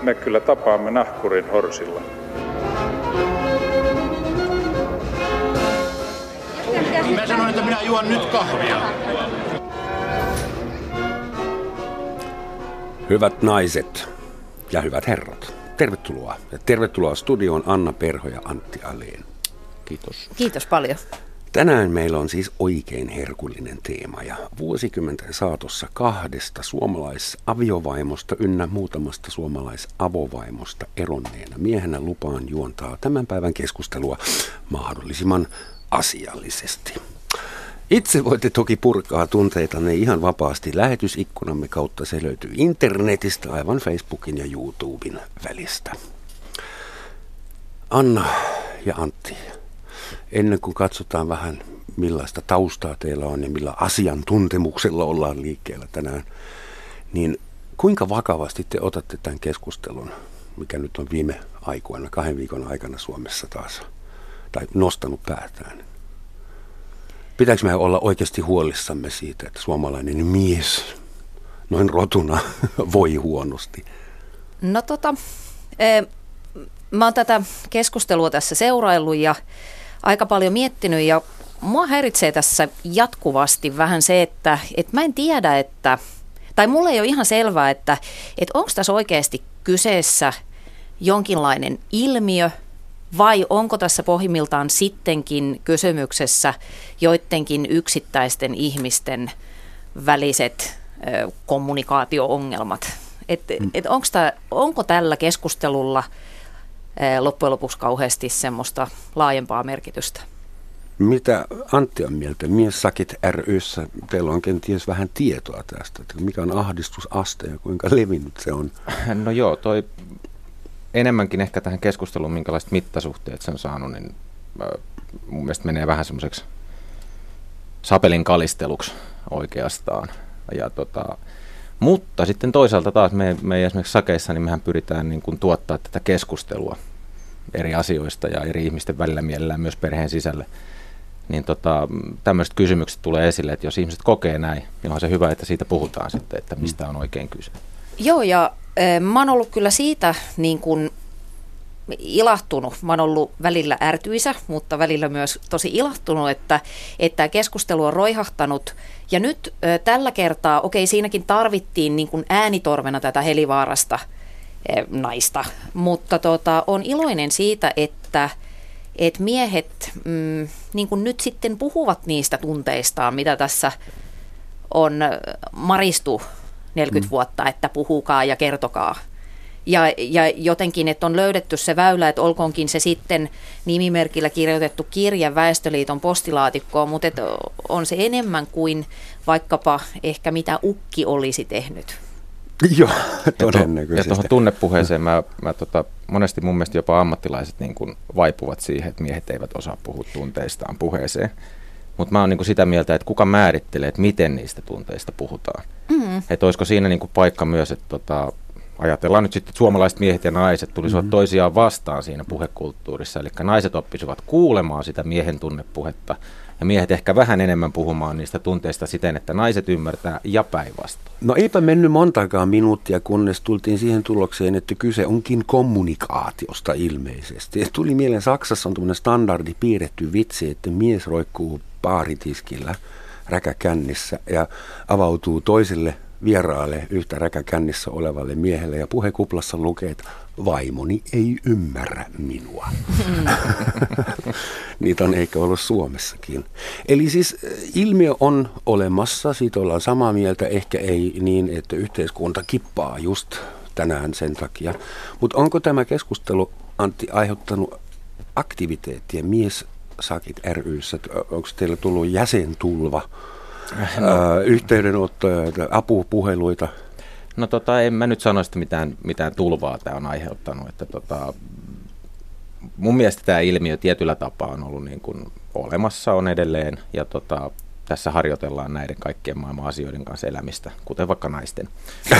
me kyllä tapaamme nahkurin horsilla. Mä sanoin, että minä juon nyt kahvia. Hyvät naiset ja hyvät herrat, tervetuloa. Ja tervetuloa studioon Anna Perho ja Antti Aleen. Kiitos. Kiitos paljon. Tänään meillä on siis oikein herkullinen teema ja vuosikymmenten saatossa 2 suomalaisaviovaimosta ynnä muutamasta suomalaisavovaimosta eronneena miehenä lupaan juontaa tämän päivän keskustelua mahdollisimman asiallisesti. Itse voitte toki purkaa tunteitanne ihan vapaasti lähetysikkunamme kautta. Se löytyy internetistä aivan Facebookin ja YouTuben välistä. Anna ja Antti, ennen kuin katsotaan vähän millaista taustaa teillä on ja millä asiantuntemuksella ollaan liikkeellä tänään, niin kuinka vakavasti te otatte tämän keskustelun, mikä nyt on viime aikoina, 2 viikon aikana Suomessa taas, tai nostanut päätään? Pitääkö meidän olla oikeasti huolissamme siitä, että suomalainen mies noin rotuna voi huonosti? No mä oon tätä keskustelua tässä seuraillut ja aika paljon miettinyt ja mua häiritsee tässä jatkuvasti vähän se, että mä en tiedä, tai mulle ei ole ihan selvää, että onko tässä oikeasti kyseessä jonkinlainen ilmiö, vai onko tässä pohjimmiltaan sittenkin kysymyksessä joidenkin yksittäisten ihmisten väliset kommunikaatio-ongelmat? Onko tällä keskustelulla loppujen lopuksi kauheasti semmoista laajempaa merkitystä? Mitä Antti on mieltä? Miessakit ry:ssä teillä on kenties vähän tietoa tästä, että mikä on ahdistusaste ja kuinka levinnyt se on? No joo, toi enemmänkin ehkä tähän keskusteluun, minkälaiset mittasuhteet se on saanut, niin mun mielestä menee vähän semmoiseksi sapelin kalisteluksi oikeastaan. Ja mutta sitten toisaalta taas me esimerkiksi sakeissa, niin mehän pyritään niin kuin tuottaa tätä keskustelua eri asioista ja eri ihmisten välillä mielellään myös perheen sisälle. Niin tämmöiset kysymykset tulee esille, että jos ihmiset kokee näin, niin on se hyvä, että siitä puhutaan sitten, että mistä on oikein kyse. Joo, ja mä oon ollut kyllä siitä niin kuin ilahtunut. Mä oon ollut välillä ärtyisä, mutta välillä myös tosi ilahtunut, että keskustelu on roihahtanut. Ja nyt tällä kertaa, siinäkin tarvittiin niin kuin äänitorvena tätä Helivaarasta naista, mutta on iloinen siitä, että miehet niin kuin nyt sitten puhuvat niistä tunteistaan, mitä tässä on maristu 40 vuotta, että puhukaa ja kertokaa. Ja jotenkin, että on löydetty se väylä, että olkoonkin se sitten nimimerkillä kirjoitettu kirja Väestöliiton postilaatikkoon, mutta on se enemmän kuin vaikkapa ehkä mitä ukki olisi tehnyt. Joo, todennäköisesti. Ja tuohon tunnepuheeseen monesti mun mielestä jopa ammattilaiset niin kuin vaipuvat siihen, että miehet eivät osaa puhua tunteistaan puheeseen. Mutta mä oon niin kuin sitä mieltä, että kuka määrittelee, että miten niistä tunteista puhutaan. Että olisiko siinä niin kuin paikka myös, että ajatellaan nyt sitten, että suomalaiset miehet ja naiset tulisivat toisiaan vastaan siinä puhekulttuurissa. Eli naiset oppisivat kuulemaan sitä miehen tunnepuhetta ja miehet ehkä vähän enemmän puhumaan niistä tunteista siten, että naiset ymmärtää ja päinvastoin. No eipä mennyt montakaan minuuttia, kunnes tultiin siihen tulokseen, että kyse onkin kommunikaatiosta ilmeisesti. Tuli mieleen, Saksassa on tämmöinen standardi piirretty vitsi, että mies roikkuu baaritiskillä räkäkännissä ja avautuu toiselle vieraalle yhtä räkäkännissä olevalle miehelle ja puhekuplassa lukee, että vaimoni ei ymmärrä minua. Niitä on eikä ollut Suomessakin. Eli siis ilmiö on olemassa, siitä ollaan samaa mieltä, ehkä ei niin, että yhteiskunta kippaa just tänään sen takia. Mutta onko tämä keskustelu, Antti, aiheuttanut aktiviteettia Miessakit ry:ssä? Onko teillä tullut jäsentulva? Yhteydenottoja, apupuheluita? No en mä nyt sano, että mitään tulvaa tämä on aiheuttanut. Että mun mielestä tämä ilmiö tietyllä tapaa on ollut niin kuin olemassa, on edelleen. Ja tässä harjoitellaan näiden kaikkien maailman asioiden kanssa elämistä, kuten vaikka naisten.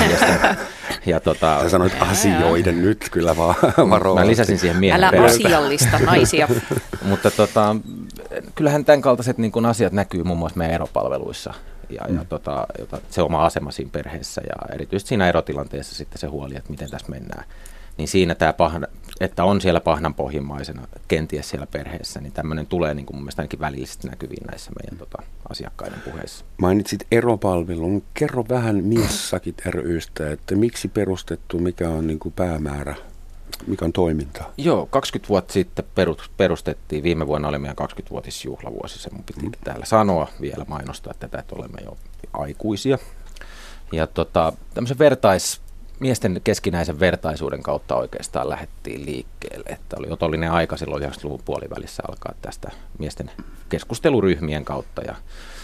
Sä sanoit asioiden nyt kyllä vaan varovasti. Mä lisäsin siihen miehen Älä asiallista naisia. Mutta kyllähän tämän kaltaiset niin kuin asiat näkyy muun muassa meidän eropalveluissa. Ja se oma asema siinä perheessä ja erityisesti siinä erotilanteessa sitten se huoli, että miten tässä mennään. niin siinä että on siellä pahnanpohjimmaisena kenties siellä perheessä, niin tämmöinen tulee niin kuin mun mielestä ainakin välillisesti näkyviin näissä meidän asiakkaiden puheissa. Mainitsit eropalvelun. Kerro vähän Miessakit ry:stä, että miksi perustettu, mikä on niin kuin päämäärä, mikä on toiminta? Joo, 20 vuotta sitten perustettiin. Viime vuonna oli meidän 20-vuotisjuhlavuosi, se mun piti täällä sanoa vielä, mainostaa tätä, että olemme jo aikuisia. Ja tämmöisen miesten keskinäisen vertaisuuden kautta oikeastaan lähdettiin liikkeelle, että oli otollinen aika silloin 90-luvun puolivälissä alkaa tästä miesten keskusteluryhmien kautta ja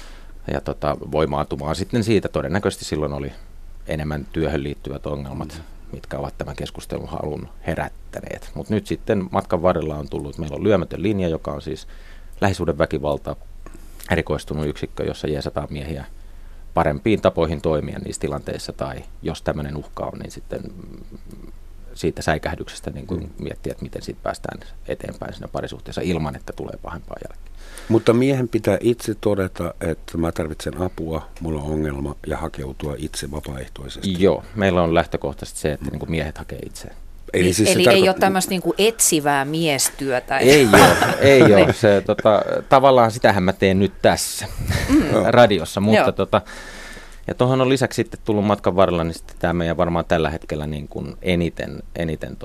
voimaantumaan sitten siitä. Todennäköisesti silloin oli enemmän työhön liittyvät ongelmat, mitkä ovat tämän keskustelun halun herättäneet. Mutta nyt sitten matkan varrella on tullut, meillä on Lyömätön linja, joka on siis lähisuhdeväkivalta erikoistunut yksikkö, jossa jeesataan miehiä parempiin tapoihin toimia niissä tilanteissa, tai jos tämmöinen uhka on, niin sitten siitä säikähdyksestä niin kuin miettiä, että miten siitä päästään eteenpäin siinä parisuhteessa ilman, että tulee pahempaa jälkeen. Mutta miehen pitää itse todeta, että mä tarvitsen apua, mulla on ongelma, ja hakeutua itse vapaaehtoisesti. Joo, meillä on lähtökohtaisesti se, että niin kuin miehet hakee itse. Eli siis ei ole tämmöistä niin kuin etsivää miestyötä. Ei ole. Se, tavallaan sitähän mä teen nyt tässä radiossa, mutta ja tuohon on lisäksi sitten tullut matkan varrella, niin sitten tämä meidän varmaan tällä hetkellä niin kuin eniten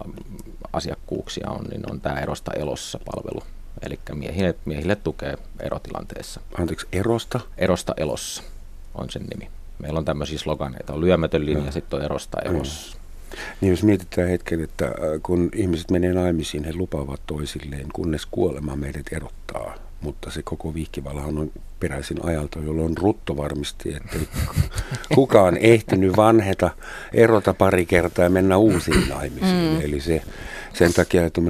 asiakkuuksia on tämä Erosta elossa -palvelu. Eli miehille tukee erotilanteessa. Anteeksi, erosta? Erosta elossa on sen nimi. Meillä on tämmöisiä sloganeita, on Lyömätön linja ja sitten on Erosta elossa. Niin jos mietitään hetken, että kun ihmiset menee naimisiin, he lupaavat toisilleen, kunnes kuolema meidät erottaa. Mutta se koko vihkivalahan on peräisin ajalta, jolloin Rutto varmisti, että kukaan ehtinyt vanheta, erota pari kertaa ja mennä uusiin naimisiin. Eli sen takia, että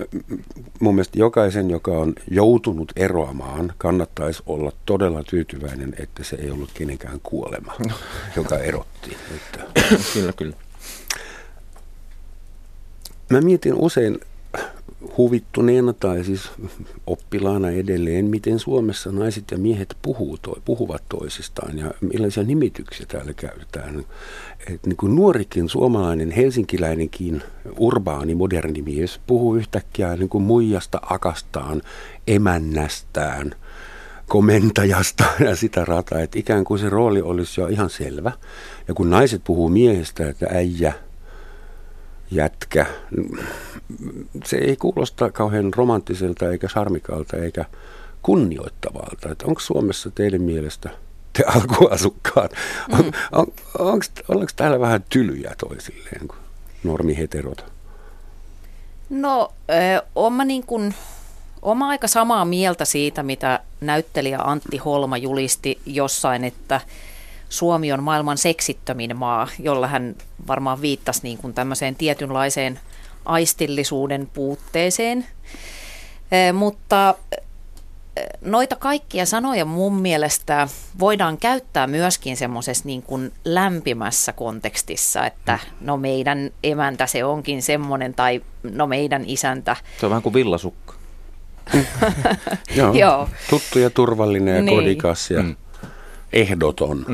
mun mielestä jokaisen, joka on joutunut eroamaan, kannattaisi olla todella tyytyväinen, että se ei ollut kenenkään kuolema, joka erotti. Kyllä. Mä mietin usein huvittuneena tai siis oppilaana edelleen, miten Suomessa naiset ja miehet puhuvat toisistaan ja millaisia nimityksiä täällä käytetään. Et niin kuin nuorikin suomalainen, helsinkiläinenkin urbaani, moderni mies puhuu yhtäkkiä niin kuin muijasta, akastaan, emännästään, komentajasta ja sitä rataa, että ikään kuin se rooli olisi jo ihan selvä. Ja kun naiset puhuu miehestä, että äijä, jätkä, se ei kuulosta kauhean romanttiselta eikä charmikalta eikä kunnioittavalta. Onko Suomessa teidän mielestä, te alkuasukkaat, ollaanko täällä vähän tylyjä toisilleen kuin normiheterot? No, olen aika samaa mieltä siitä, mitä näyttelijä Antti Holma julisti jossain, että Suomi on maailman seksittömin maa, jolla hän varmaan viittasi niin kuin tämmöiseen tietynlaiseen aistillisuuden puutteeseen. Mutta noita kaikkia sanoja mun mielestä voidaan käyttää myöskin semmoisessa niin kuin lämpimässä kontekstissa, että no meidän emäntä se onkin semmoinen tai no meidän isäntä. Se on vähän kuin villasukka. Joo, tuttu ja turvallinen ja niin. Kodikas ja ehdoton.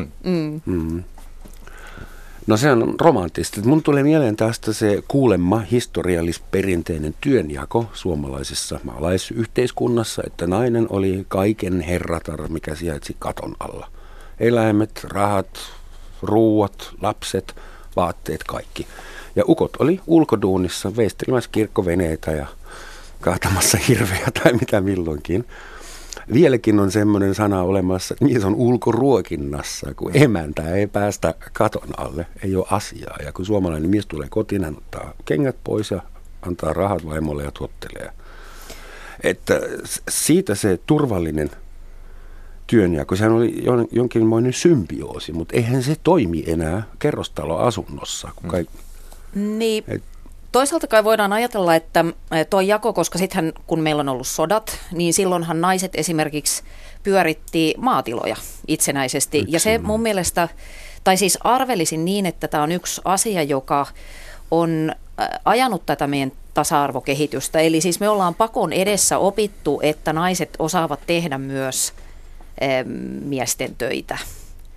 No se on romanttista. Mun tulee mieleen tästä se kuulemma historiallisperinteinen työnjako suomalaisessa maalaisyhteiskunnassa, että nainen oli kaiken herratar, mikä sijaitsi katon alla. Eläimet, rahat, ruuat, lapset, vaatteet, kaikki. Ja ukot oli ulkoduunissa veistelemässä kirkkoveneitä ja kaatamassa hirveä tai mitä milloinkin. Vieläkin on semmoinen sana olemassa, että mies on ulkoruokinnassa, kun emäntä ei päästä katon alle, ei ole asiaa. Ja kun suomalainen mies tulee kotiin, hän ottaa kengät pois ja antaa rahat vaimolle ja tuottelee. Että siitä se turvallinen työnjako, sehän oli jonkinmoinen symbioosi, mutta eihän se toimi enää kerrostaloasunnossa. Niin. Toisaalta kai voidaan ajatella, että tuo jako, koska sittenhän kun meillä on ollut sodat, niin silloinhan naiset esimerkiksi pyöritti maatiloja itsenäisesti. Ja se mun mielestä, tai siis arvelisin niin, että tämä on yksi asia, joka on ajanut tätä meidän tasa-arvokehitystä. Eli siis me ollaan pakon edessä opittu, että naiset osaavat tehdä myös miesten töitä.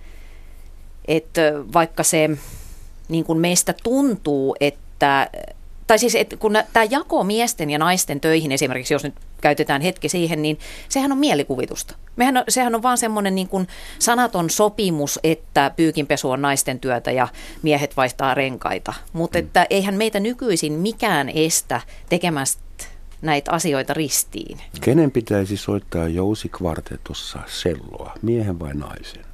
Että vaikka se niin kuin meistä tuntuu, että Tai siis, että kun tämä jako miesten ja naisten töihin esimerkiksi, jos nyt käytetään hetki siihen, niin sehän on mielikuvitusta. Sehän on vaan semmoinen niin kuin sanaton sopimus, että pyykinpesu on naisten työtä ja miehet vaihtaa renkaita. Mutta että eihän meitä nykyisin mikään estä tekemästä näitä asioita ristiin. Kenen pitäisi soittaa jousikvartetossa selloa, miehen vai naisen?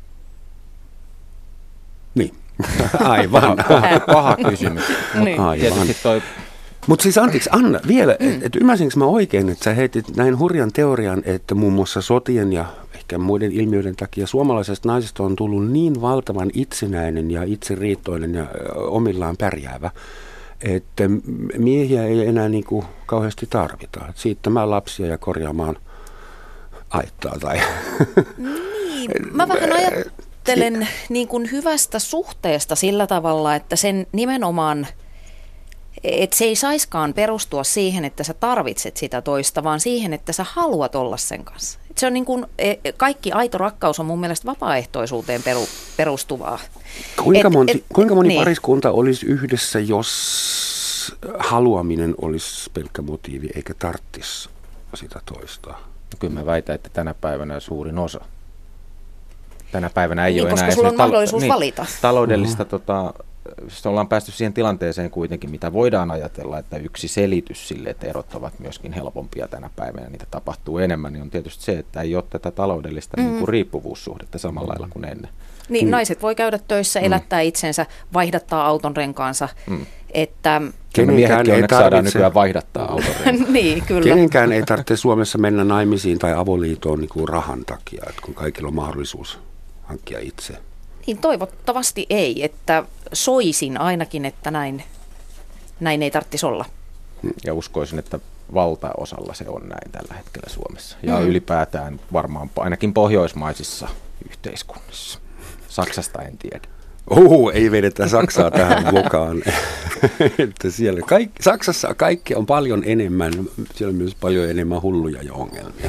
Niin, aivan. Paha kysymys. Niin. Mutta siis anteeksi, Anna, vielä, että ymmärsinkö mä oikein, että sä heitit näin hurjan teorian, että muun muassa sotien ja ehkä muiden ilmiöiden takia suomalaisesta naisesta on tullut niin valtavan itsenäinen ja itseriittoinen ja omillaan pärjäävä, että miehiä ei enää niin kuin kauheasti tarvita. Siittämään lapsia ja korjaamaan aittaa tai... Niin, mä vähän ajattelen niin kuin hyvästä suhteesta sillä tavalla, että sen nimenomaan, että se ei saiskaan perustua siihen, että sä tarvitset sitä toista, vaan siihen, että sä haluat olla sen kanssa. Et se on niin kuin, kaikki aito rakkaus on mun mielestä vapaaehtoisuuteen perustuvaa. Kuinka moni niin. pariskunta olisi yhdessä, jos haluaminen olisi pelkkä motiivi, eikä tarvitsisi sitä toista? Kyllä mä väitän, että tänä päivänä suurin osa. Tänä päivänä ei niin, ole koska enää sulla on mahdollisuus valita. Taloudellista, ollaan päästy siihen tilanteeseen kuitenkin, mitä voidaan ajatella, että yksi selitys sille, että erot ovat myöskin helpompia tänä päivänä, niitä tapahtuu enemmän, niin on tietysti se, että ei ole tätä taloudellista niin kuin riippuvuussuhdetta samalla lailla kuin ennen. Niin, naiset voi käydä töissä, elättää itsensä, vaihdattaa auton renkaansa, että... Miehetkin onneksi saadaan nykyään vaihdattaa auton renkaansa. Niin, kyllä. Kenenkään ei tarvitse Suomessa mennä naimisiin tai avoliitoon niin kuin rahan takia, että kun kaikilla on mahdollisuus hankkia itse. Niin toivottavasti ei, että soisin ainakin, että näin ei tarvitsisi olla. Ja uskoisin, että valtaosalla se on näin tällä hetkellä Suomessa. Ja ylipäätään varmaan ainakin pohjoismaisissa yhteiskunnissa. Saksasta en tiedä. Ei vedetä Saksaa tähän mukaan. Että siellä Saksassa kaikki on paljon enemmän, siellä on myös paljon enemmän hulluja ja ongelmia.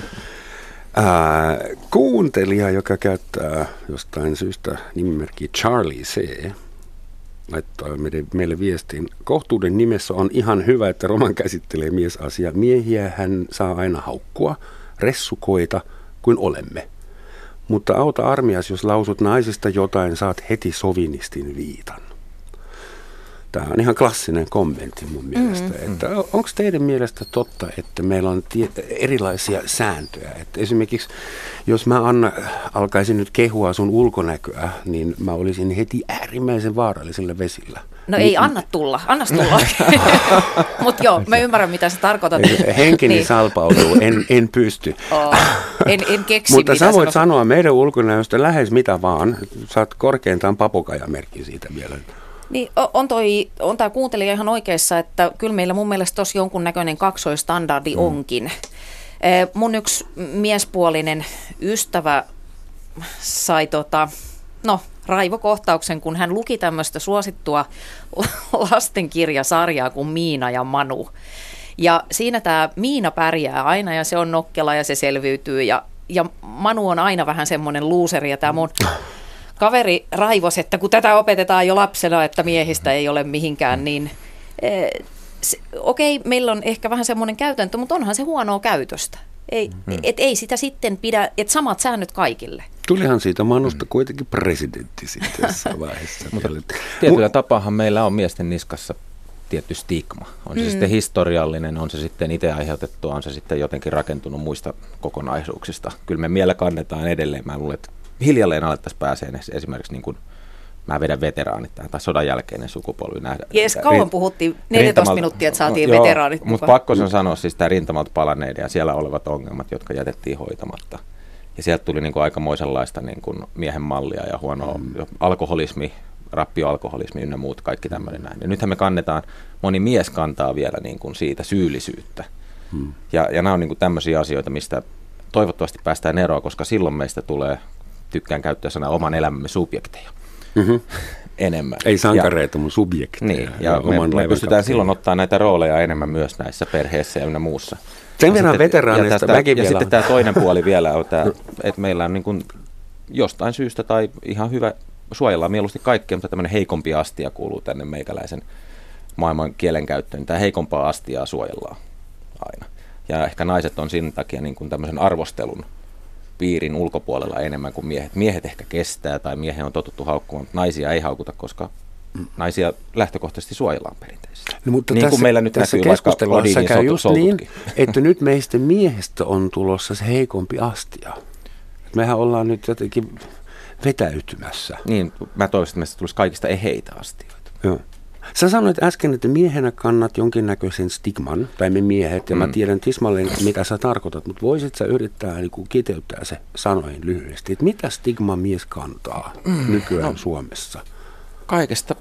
Kuuntelija, joka käyttää jostain syystä nimimerkkiä Charlie C., laittaa meille viestin. Kohtuuden nimessä on ihan hyvä, että roman käsittelee miesasiaa. Miehiä hän saa aina haukkua, ressukoita kuin olemme. Mutta auta armias, jos lausut naisista jotain, saat heti sovinistin viitan. Tämä on ihan klassinen kommentti mun mielestä. Että onko teidän mielestä totta, että meillä on erilaisia sääntöjä? Että esimerkiksi jos mä alkaisin nyt kehua sun ulkonäköä, niin mä olisin heti äärimmäisen vaarallisella vesillä. No ei, annas tulla. Mutta joo, mä ymmärrän mitä sä tarkoitat. Henkeni niin salpautuu, en pysty. En keksi mutta mitä sä voit sanoa meidän ulkonäöstä lähes mitä vaan. Saat korkeintaan papukajamerkki siitä vielä. Niin, on tämä kuuntelija ihan oikeassa, että kyllä meillä mun mielestä tuossa jonkunnäköinen kaksoistandardi onkin. Mun yksi miespuolinen ystävä sai raivokohtauksen, kun hän luki tämmöistä suosittua lastenkirjasarjaa kuin Miina ja Manu. Ja siinä tämä Miina pärjää aina ja se on nokkela ja se selviytyy ja Manu on aina vähän semmoinen luuseri ja tämä mun kaveri raivos, että kun tätä opetetaan jo lapsena, että miehistä ei ole mihinkään, niin okei, meillä on ehkä vähän semmoinen käytäntö, mutta onhan se huonoa käytöstä. Ei sitä sitten pidä, että samat säännöt kaikille. Tulihan siitä Manusta kuitenkin presidentti sitten jossain vaiheessa. Tietyllä tapaahan meillä on miesten niskassa tietty stigma. On se sitten historiallinen, on se sitten itse aiheutettu, on se sitten jotenkin rakentunut muista kokonaisuuksista. Kyllä me vielä kannetaan edelleen. Mä luulen, että hiljalleen alettaisiin pääseen esimerkiksi niin kuin mä vedän veteraanit tähän, tai sodan jälkeinen sukupolvi nähdä. Jes, kauan puhuttiin, 14 minuuttia, että saatiin veteraanit mukaan. Mutta pakko on sanoa siis tämä rintamalta palaneiden ja siellä olevat ongelmat, jotka jätettiin hoitamatta. Ja sieltä tuli niin kuin aikamoisenlaista niin kuin miehen mallia ja huonoa alkoholismi, rappioalkoholismi ynnä muut, kaikki tämmöinen näin. Ja nythän me kannetaan, moni mies kantaa vielä niin kuin siitä syyllisyyttä. Ja nämä on niin kuin tämmöisiä asioita, mistä toivottavasti päästään eroon, koska silloin meistä tulee, tykkään käyttää sanaa, oman elämämme subjekteja. Enemmän. Ei sankareita, mun subjekteja. Niin, ja me pystytään silloin ottaa näitä rooleja enemmän myös näissä perheissä ja ynnä muussa. Sen verran veteraaneista mäkin vielä. Ja sitten tämä toinen puoli vielä on tämä, että meillä on niin kuin jostain syystä tai ihan hyvä, suojellaan mieluusti kaikkea, mutta tämmöinen heikompi astia kuuluu tänne meikäläisen maailman kielenkäyttöön, niin tämä heikompaa astiaa suojellaan aina. Ja ehkä naiset on siinä takia niin kuin tämmöisen arvostelun piirin ulkopuolella enemmän kuin miehet. Miehet ehkä kestää tai miehen on totuttu haukkumaan, mutta naisia ei haukuta, koska naisia lähtökohtaisesti suojellaan perinteisesti. No, mutta niin kuin meillä nyt näkyy vaikka Odinin just niin, että nyt meistä miehestä on tulossa se heikompi astia. Mehän ollaan nyt jotenkin vetäytymässä. Niin, mä toivoisin, että meistä tulisi kaikista eheitä astioita. Joo. Sä sanoit äsken, että miehenä kannat jonkinnäköisen stigman, tai me miehet, ja mä tiedän tismalleen, mitä sä tarkoitat, mutta voisit sä yrittää niin kuin kiteyttää se sanoin lyhyesti, että mitä stigma mies kantaa nykyään Suomessa? Kaikesta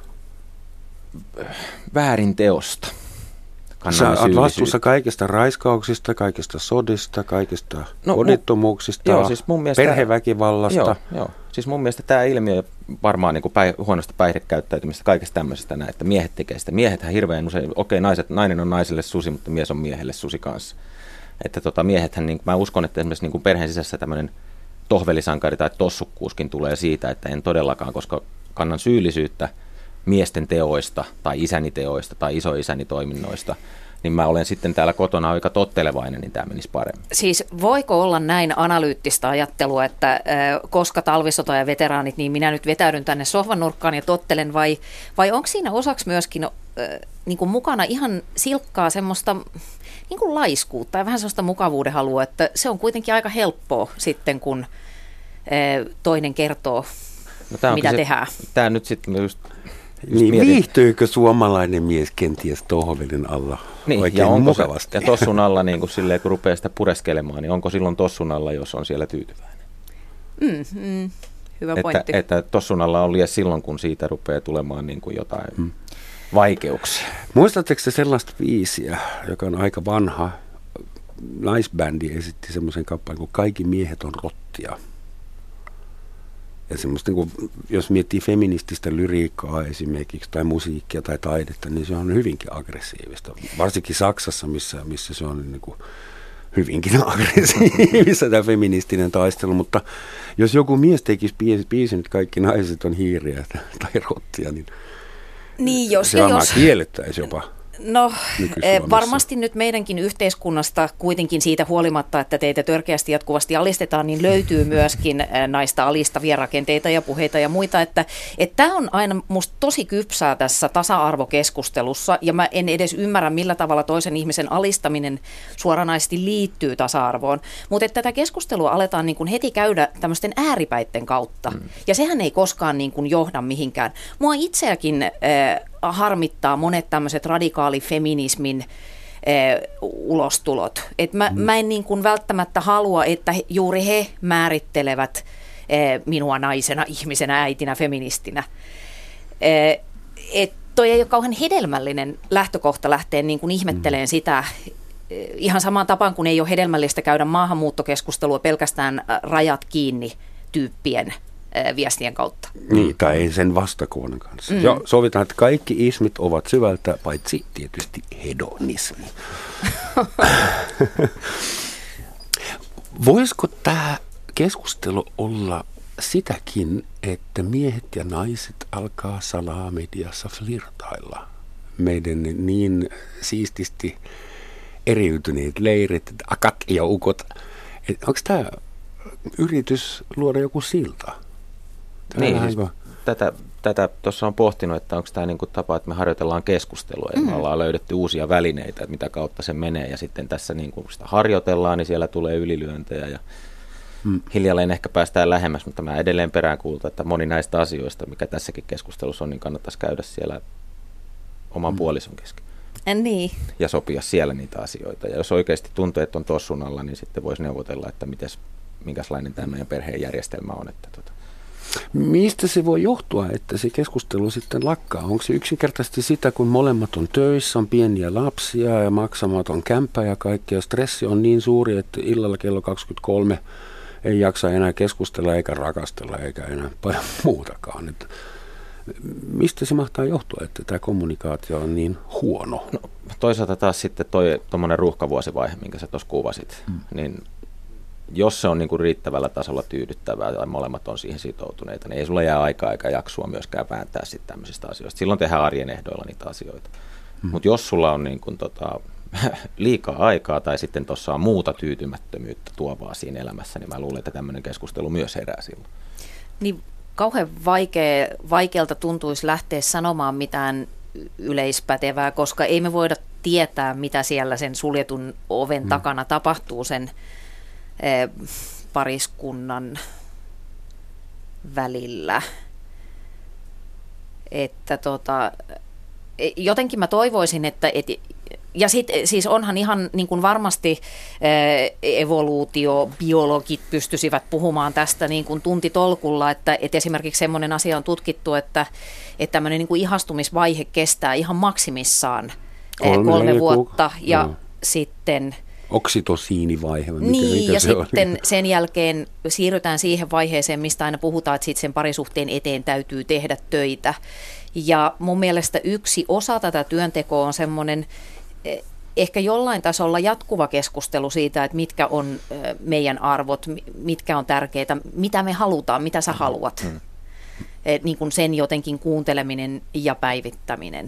väärinteosta. Sä oot vastuussa kaikista raiskauksista, kaikista sodista, kaikista kodittomuuksista, siis perheväkivallasta. Joo. Siis mun mielestä tämä ilmiö varmaan niin huonosta päihdekäyttäytymistä, kaikesta tämmöisestä näin, että miehet tekee sitä. Miehethän hirveän usein, nainen on naiselle susi, mutta mies on miehelle susi kanssa. Että miehethän, niin, mä uskon, että esimerkiksi niin perheen sisässä tämmöinen tohvelisankari tai tossukkuuskin tulee siitä, että en todellakaan, koska kannan syyllisyyttä miesten teoista tai isäni teoista tai isoisäni toiminnoista, niin mä olen sitten täällä kotona aika tottelevainen, niin tämä menisi paremmin. Siis voiko olla näin analyyttistä ajattelua, että koska talvisota ja veteraanit, niin minä nyt vetäydyn tänne sohvan nurkkaan ja tottelen, vai onko siinä osaksi myöskin niin kuin mukana ihan silkkaa semmoista niin kuin laiskuutta ja vähän semmoista mukavuuden halua, että se on kuitenkin aika helppoa sitten, kun toinen kertoo, mitä tehdään. Tämä nyt sitten just niin, viihtyykö suomalainen mies kenties tohvelin alla oikein ja mukavasti? Ja tossun alla, niin kun, silleen, kun rupeaa sitä pureskelemaan, niin onko silloin tossun alla, jos on siellä tyytyväinen? Hyvä pointti. Että tossun alla on liian silloin, kun siitä rupeaa tulemaan niin kuin jotain vaikeuksia. Muistatteko te sellaista biisiä, joka on aika vanha? Naisbändi esitti semmoisen kappaleen, kun kaikki miehet on rottia. Ja semmoista, niin kuin, jos miettii feminististä lyriikkaa esimerkiksi tai musiikkia tai taidetta, niin se on hyvinkin aggressiivista. Varsinkin Saksassa, missä se on niin kuin hyvinkin aggressiivista tämä feministinen taistelu. Mutta jos joku mies tekisi biisin, että kaikki naiset on hiiriä tai rottia, niin se varmaan kiellettäisi jopa. No varmasti nyt meidänkin yhteiskunnasta kuitenkin siitä huolimatta, että teitä törkeästi jatkuvasti alistetaan, niin löytyy myöskin naista alistavia rakenteita ja puheita ja muita. Että tämä on aina musta tosi kypsää tässä tasa-arvokeskustelussa ja mä en edes ymmärrä, millä tavalla toisen ihmisen alistaminen suoranaisesti liittyy tasa-arvoon. Mutta että tätä keskustelua aletaan niin kuin heti käydä tämmöisten ääripäitten kautta ja sehän ei koskaan niin kuin johda mihinkään. Mua itseäkin harmittaa monet tämmöiset radikaalifeminismin ulostulot. Mä en niin kuin välttämättä halua, että juuri he määrittelevät minua naisena, ihmisenä, äitinä, feministinä. Toi ei ole kauhean hedelmällinen lähtökohta lähteä niin kuin ihmettelemään sitä, ihan samaan tapaan kuin ei ole hedelmällistä käydä maahanmuuttokeskustelua pelkästään rajat kiinni tyyppien viestien kautta. Niin, tai ei sen vastakoon kanssa. Joo, sovitaan, että kaikki ismit ovat syvältä, paitsi tietysti hedonismi. Voisiko tämä keskustelu olla sitäkin, että miehet ja naiset alkaa salaa mediassa flirtailla? Meidän niin siististi eriytyneet leirit, akat ja ukot. Onko tämä yritys luoda joku silta? Niin, siis tätä tuossa on pohtinut, että onko tämä niinku tapa, että me harjoitellaan keskustelua ja me ollaan löydetty uusia välineitä, että mitä kautta se menee ja sitten tässä niinku sitä harjoitellaan, niin siellä tulee ylilyöntejä ja hiljalleen ehkä päästään lähemmäs, mutta mä edelleen peräänkuulutan, että moni näistä asioista, mikä tässäkin keskustelussa on, niin kannattaisi käydä siellä oman puolison kesken. Niin. Ja sopia siellä niitä asioita. Ja jos oikeasti tuntuu, että on tossun alla, niin sitten voisi neuvotella, että minkälainen tämä meidän perheen järjestelmä on. Mistä se voi johtua, että se keskustelu sitten lakkaa? Onko se yksinkertaisesti sitä, kun molemmat on töissä, on pieniä lapsia ja maksamaton kämppä ja kaikkea. Stressi on niin suuri, että illalla kello 23 ei jaksa enää keskustella eikä rakastella eikä enää paljon muutakaan. Että mistä se mahtaa johtua, että tämä kommunikaatio on niin huono? No, toisaalta taas sitten tuommoinen ruuhkavuosivaihe, minkä sä tuossa kuvasit, niin jos se on niin kuin riittävällä tasolla tyydyttävää tai molemmat on siihen sitoutuneita, niin ei sulla jää aikaa eikä jaksua myöskään vääntää sitten tämmöisistä asioista. Silloin tehdään arjen ehdoilla niitä asioita. Mutta jos sulla on niin kun, liikaa aikaa tai sitten tuossa on muuta tyytymättömyyttä tuovaa siinä elämässä, niin mä luulen, että tämmöinen keskustelu myös herää silloin. Niin kauhean vaikealta tuntuisi lähteä sanomaan mitään yleispätevää, koska ei me voida tietää, mitä siellä sen suljetun oven takana tapahtuu sen pariskunnan välillä. Että jotenkin mä toivoisin, että ja siis onhan ihan niin kuin varmasti evoluutiobiologit pystyisivät puhumaan tästä niin kuin tuntitolkulla, että esimerkiksi semmoinen asia on tutkittu, että tämmöinen niin kuin ihastumisvaihe kestää ihan maksimissaan 3 vuotta ja sitten oksitosiinivaihe. Niin, ja sitten sen jälkeen siirrytään siihen vaiheeseen, mistä aina puhutaan, että sitten sen parisuhteen eteen täytyy tehdä töitä. Ja mun mielestä yksi osa tätä työntekoa on semmoinen ehkä jollain tasolla jatkuva keskustelu siitä, että mitkä on meidän arvot, mitkä on tärkeitä, mitä me halutaan, mitä sä haluat. Niin kuin sen jotenkin kuunteleminen ja päivittäminen.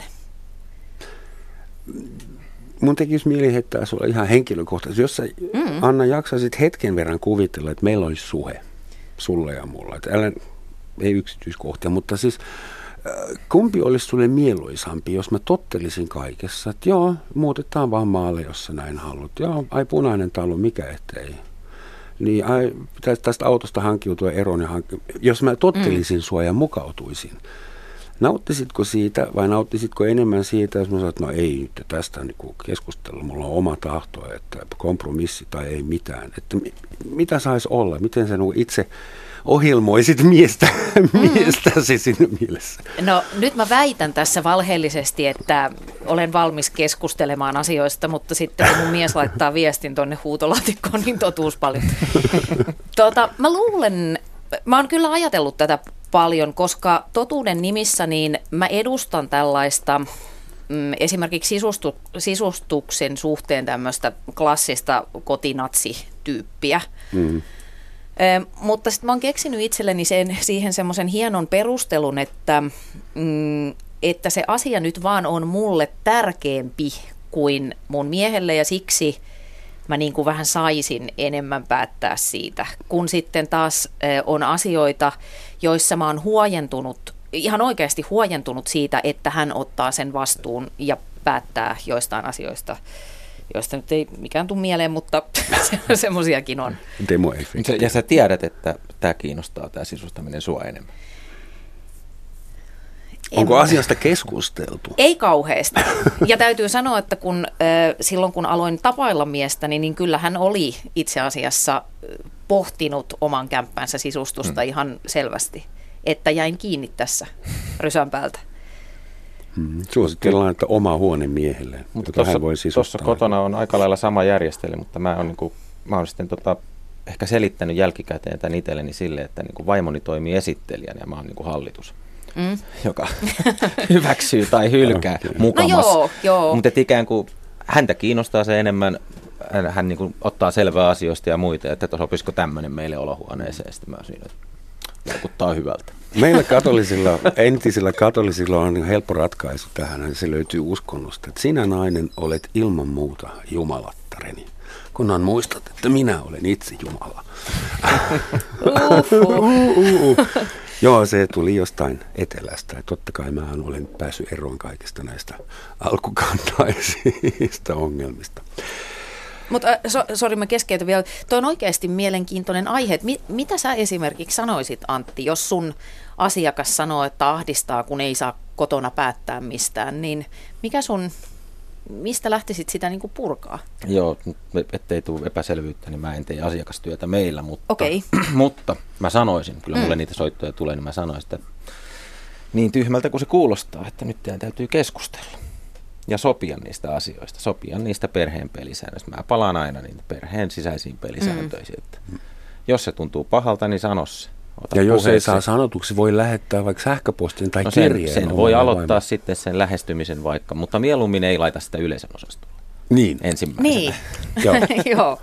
Mun tekisi mieli heittää sulle ihan henkilökohtaisesti. Jos sä, Anna, jaksaisit hetken verran kuvitella, että meillä olisi suhe, sulle ja mulla. Ei yksityiskohtia, mutta siis kumpi olisi sulle mieluisampi, jos mä tottelisin kaikessa, että joo, muutetaan vaan maalle, jos sä näin haluat. Joo, ai punainen talo, mikä ettei. Niin ai, pitäisi tästä autosta hankkiutua eroon ja jos mä tottelisin sua ja mukautuisin. Nauttisitko siitä vai nauttisitko enemmän siitä, jos mä sanoin, että no ei nyt tästä niin keskustella, mulla on oma tahto, että kompromissi tai ei mitään. Että mitä saisi olla, miten sä itse ohjelmoisit miestäsi sinne mielessä? No nyt mä väitän tässä valheellisesti, että olen valmis keskustelemaan asioista, mutta sitten kun mun mies laittaa viestin tonne huutolaatikkoon, niin totuus paljon. Mä luulen, mä oon kyllä ajatellut tätä paljon, koska totuuden nimissä niin mä edustan tällaista esimerkiksi sisustuksen suhteen tämmöistä klassista kotinatsityyppiä. Mutta sitten mä oon keksinyt itselleni siihen semmoisen hienon perustelun, että se asia nyt vaan on mulle tärkeämpi kuin mun miehelle ja siksi mä niin kuin vähän saisin enemmän päättää siitä, kun sitten taas on asioita, joissa mä oon ihan oikeasti huojentunut siitä, että hän ottaa sen vastuun ja päättää joistain asioista, joista nyt ei mikään tule mieleen, mutta semmoisiakin on. Demoefekti. Ja sä tiedät, että tämä kiinnostaa, tämä sisustaminen sua enemmän. Onko asiasta keskusteltu? Ei kauheasti. Ja täytyy sanoa, että silloin kun aloin tapailla miestäni, niin kyllä hän oli itse asiassa pohtinut oman kämppänsä sisustusta ihan selvästi, että jäin kiinni tässä rysän päältä. Suositellaan, että oma huone miehelle, mutta hän voi sisustaa. Tuossa kotona on aika lailla sama järjestely, mutta mä oon sitten ehkä selittänyt jälkikäteen tämän itselleni silleen, että niin vaimoni toimii esittelijänä ja mä oon niin hallitus. Joka hyväksyy tai hylkää mukamas. No joo. Mutta ikään kuin häntä kiinnostaa se enemmän, hän niin kuin ottaa selvää asioista ja muita, että sopisiko tämmöinen meille olohuoneeseen. Sitten mä siinä, että vaikuttaa hyvältä. Meillä entisillä katolisilla on helppo ratkaisu tähän, se löytyy uskonnosta, että sinä nainen olet ilman muuta jumalattareni, kunhan muistat, että minä olen itse Jumala. Joo, se tuli jostain etelästä. Totta kai mähän olen päässyt eroon kaikista näistä alkukantaisista ongelmista. Mutta sori, mä keskeytän vielä. Tuo on oikeasti mielenkiintoinen aihe. Mitä sä esimerkiksi sanoisit, Antti, jos sun asiakas sanoo, että ahdistaa, kun ei saa kotona päättää mistään, niin mistä lähtisit sitä niin kuin purkaa? Joo, ettei tule epäselvyyttä, niin mä en tee asiakastyötä meillä, Okay. Mutta mä sanoisin, kyllä mulle niitä soittoja tulee, niin mä sanoisin, että niin tyhmältä kuin se kuulostaa, että nyt teidän täytyy keskustella ja sopia niistä asioista, sopia niistä perheen pelisäännöistä. Mä palaan aina niitä perheen sisäisiin pelisääntöisiin, että jos se tuntuu pahalta, niin sano se. Ja jos ei saa sanotuksi, voi lähettää vaikka sähköpostin tai kirjeen. Sen voi aloittaa sitten sen lähestymisen vaikka, mutta mieluummin ei laita sitä yleisön osastolle. Niin. Ensimmäisenä. Niin. Joo.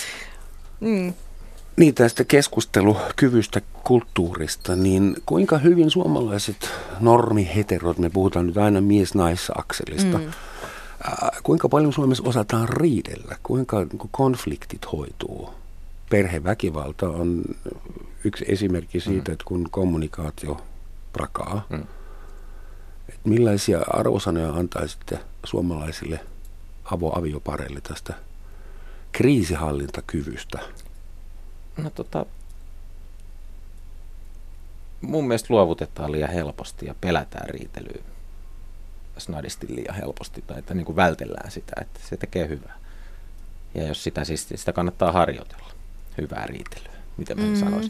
Niin, tästä keskustelukyvystä, kulttuurista, niin kuinka hyvin suomalaiset normiheterot, me puhutaan nyt aina mies-nais-akselista, Kuinka paljon Suomessa osataan riidellä? Kuinka konfliktit hoituu? Perheväkivalta on yksi esimerkki siitä, että kun kommunikaatio prakaa. Millaisia arvosanoja antaisitte suomalaisille aviopareille tästä kriisihallintakyvystä? No mun mielestä luovutetaan liian helposti ja pelätään riitelyä snadisti liian helposti, tai että niin kuin vältellään sitä, että se tekee hyvää. Ja jos sitä kannattaa harjoitella, hyvää riitelyä, miten mä sanoisin.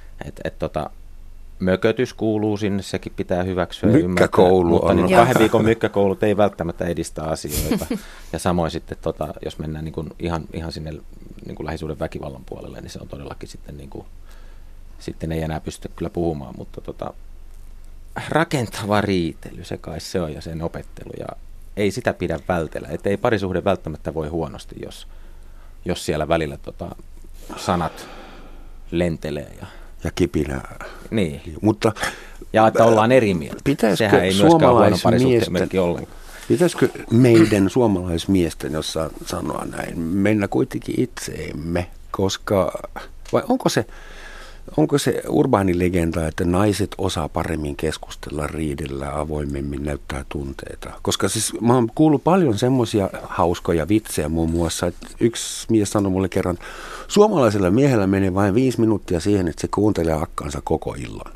Mökötys kuuluu sinne, sekin pitää hyväksyä. Mykkäkoulu mutta on. 2 viikon mykkäkoulut ei välttämättä edistä asioita. Ja samoin sitten, jos mennään niin kuin ihan sinne niin kuin lähisuuden väkivallan puolelle, niin se on todellakin sitten, niin kuin, sitten ei enää pystytä kyllä puhumaan, mutta rakentava riitely, se kai se on, ja sen opettelu, ja ei sitä pidä vältellä. Että ei parisuhde välttämättä voi huonosti, jos siellä välillä sanat lentelee ja kipinää. Niin. Mutta ja että ollaan eri mieltä. Sehän ei myöskään huono parisuhteen merkki ollenkaan. Pitäisikö meidän suomalaismiesten, jos sanoa näin, mennä kuitenkin itseemme, koska vai onko se urbaani legenda, että naiset osaa paremmin keskustella, riidellä, avoimemmin näyttää tunteita? Koska siis mä oon kuullut paljon semmoisia hauskoja vitsejä muun muassa, että yksi mies sanoi mulle kerran, suomalaisella miehellä menee vain 5 minuuttia siihen, että se kuuntelee akkansa koko illan.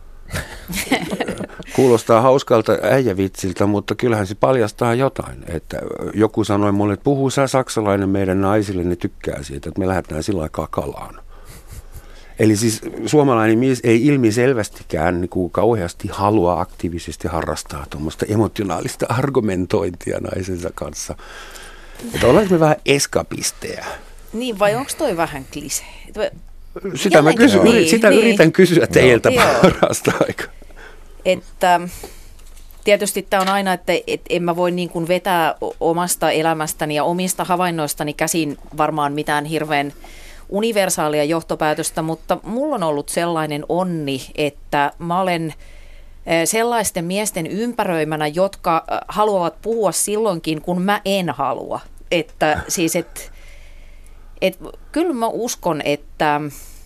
Kuulostaa hauskalta äijävitsiltä, mutta kyllähän se paljastaa jotain. Että joku sanoi mulle, että puhuu sä saksalainen meidän naisille, ne tykkää siitä, että me lähdetään sillä aikaa kalaan. Eli siis suomalainen mies ei ilmiselvästikään niin kuin kauheasti halua aktiivisesti harrastaa tuommoista emotionaalista argumentointia naisensa kanssa. Että ollaanko me vähän eskapisteja? Niin, vai onko toi vähän klise? Sitä mä yritän kysyä teiltä parasta aikaa. Että tietysti tämä on aina, että en mä voi niin kuin vetää omasta elämästäni ja omista havainnoistani käsin varmaan mitään hirveän universaalia johtopäätöstä, mutta mulla on ollut sellainen onni, että mä olen sellaisten miesten ympäröimänä, jotka haluavat puhua silloinkin, kun mä en halua. Että siis, kyllä mä uskon, että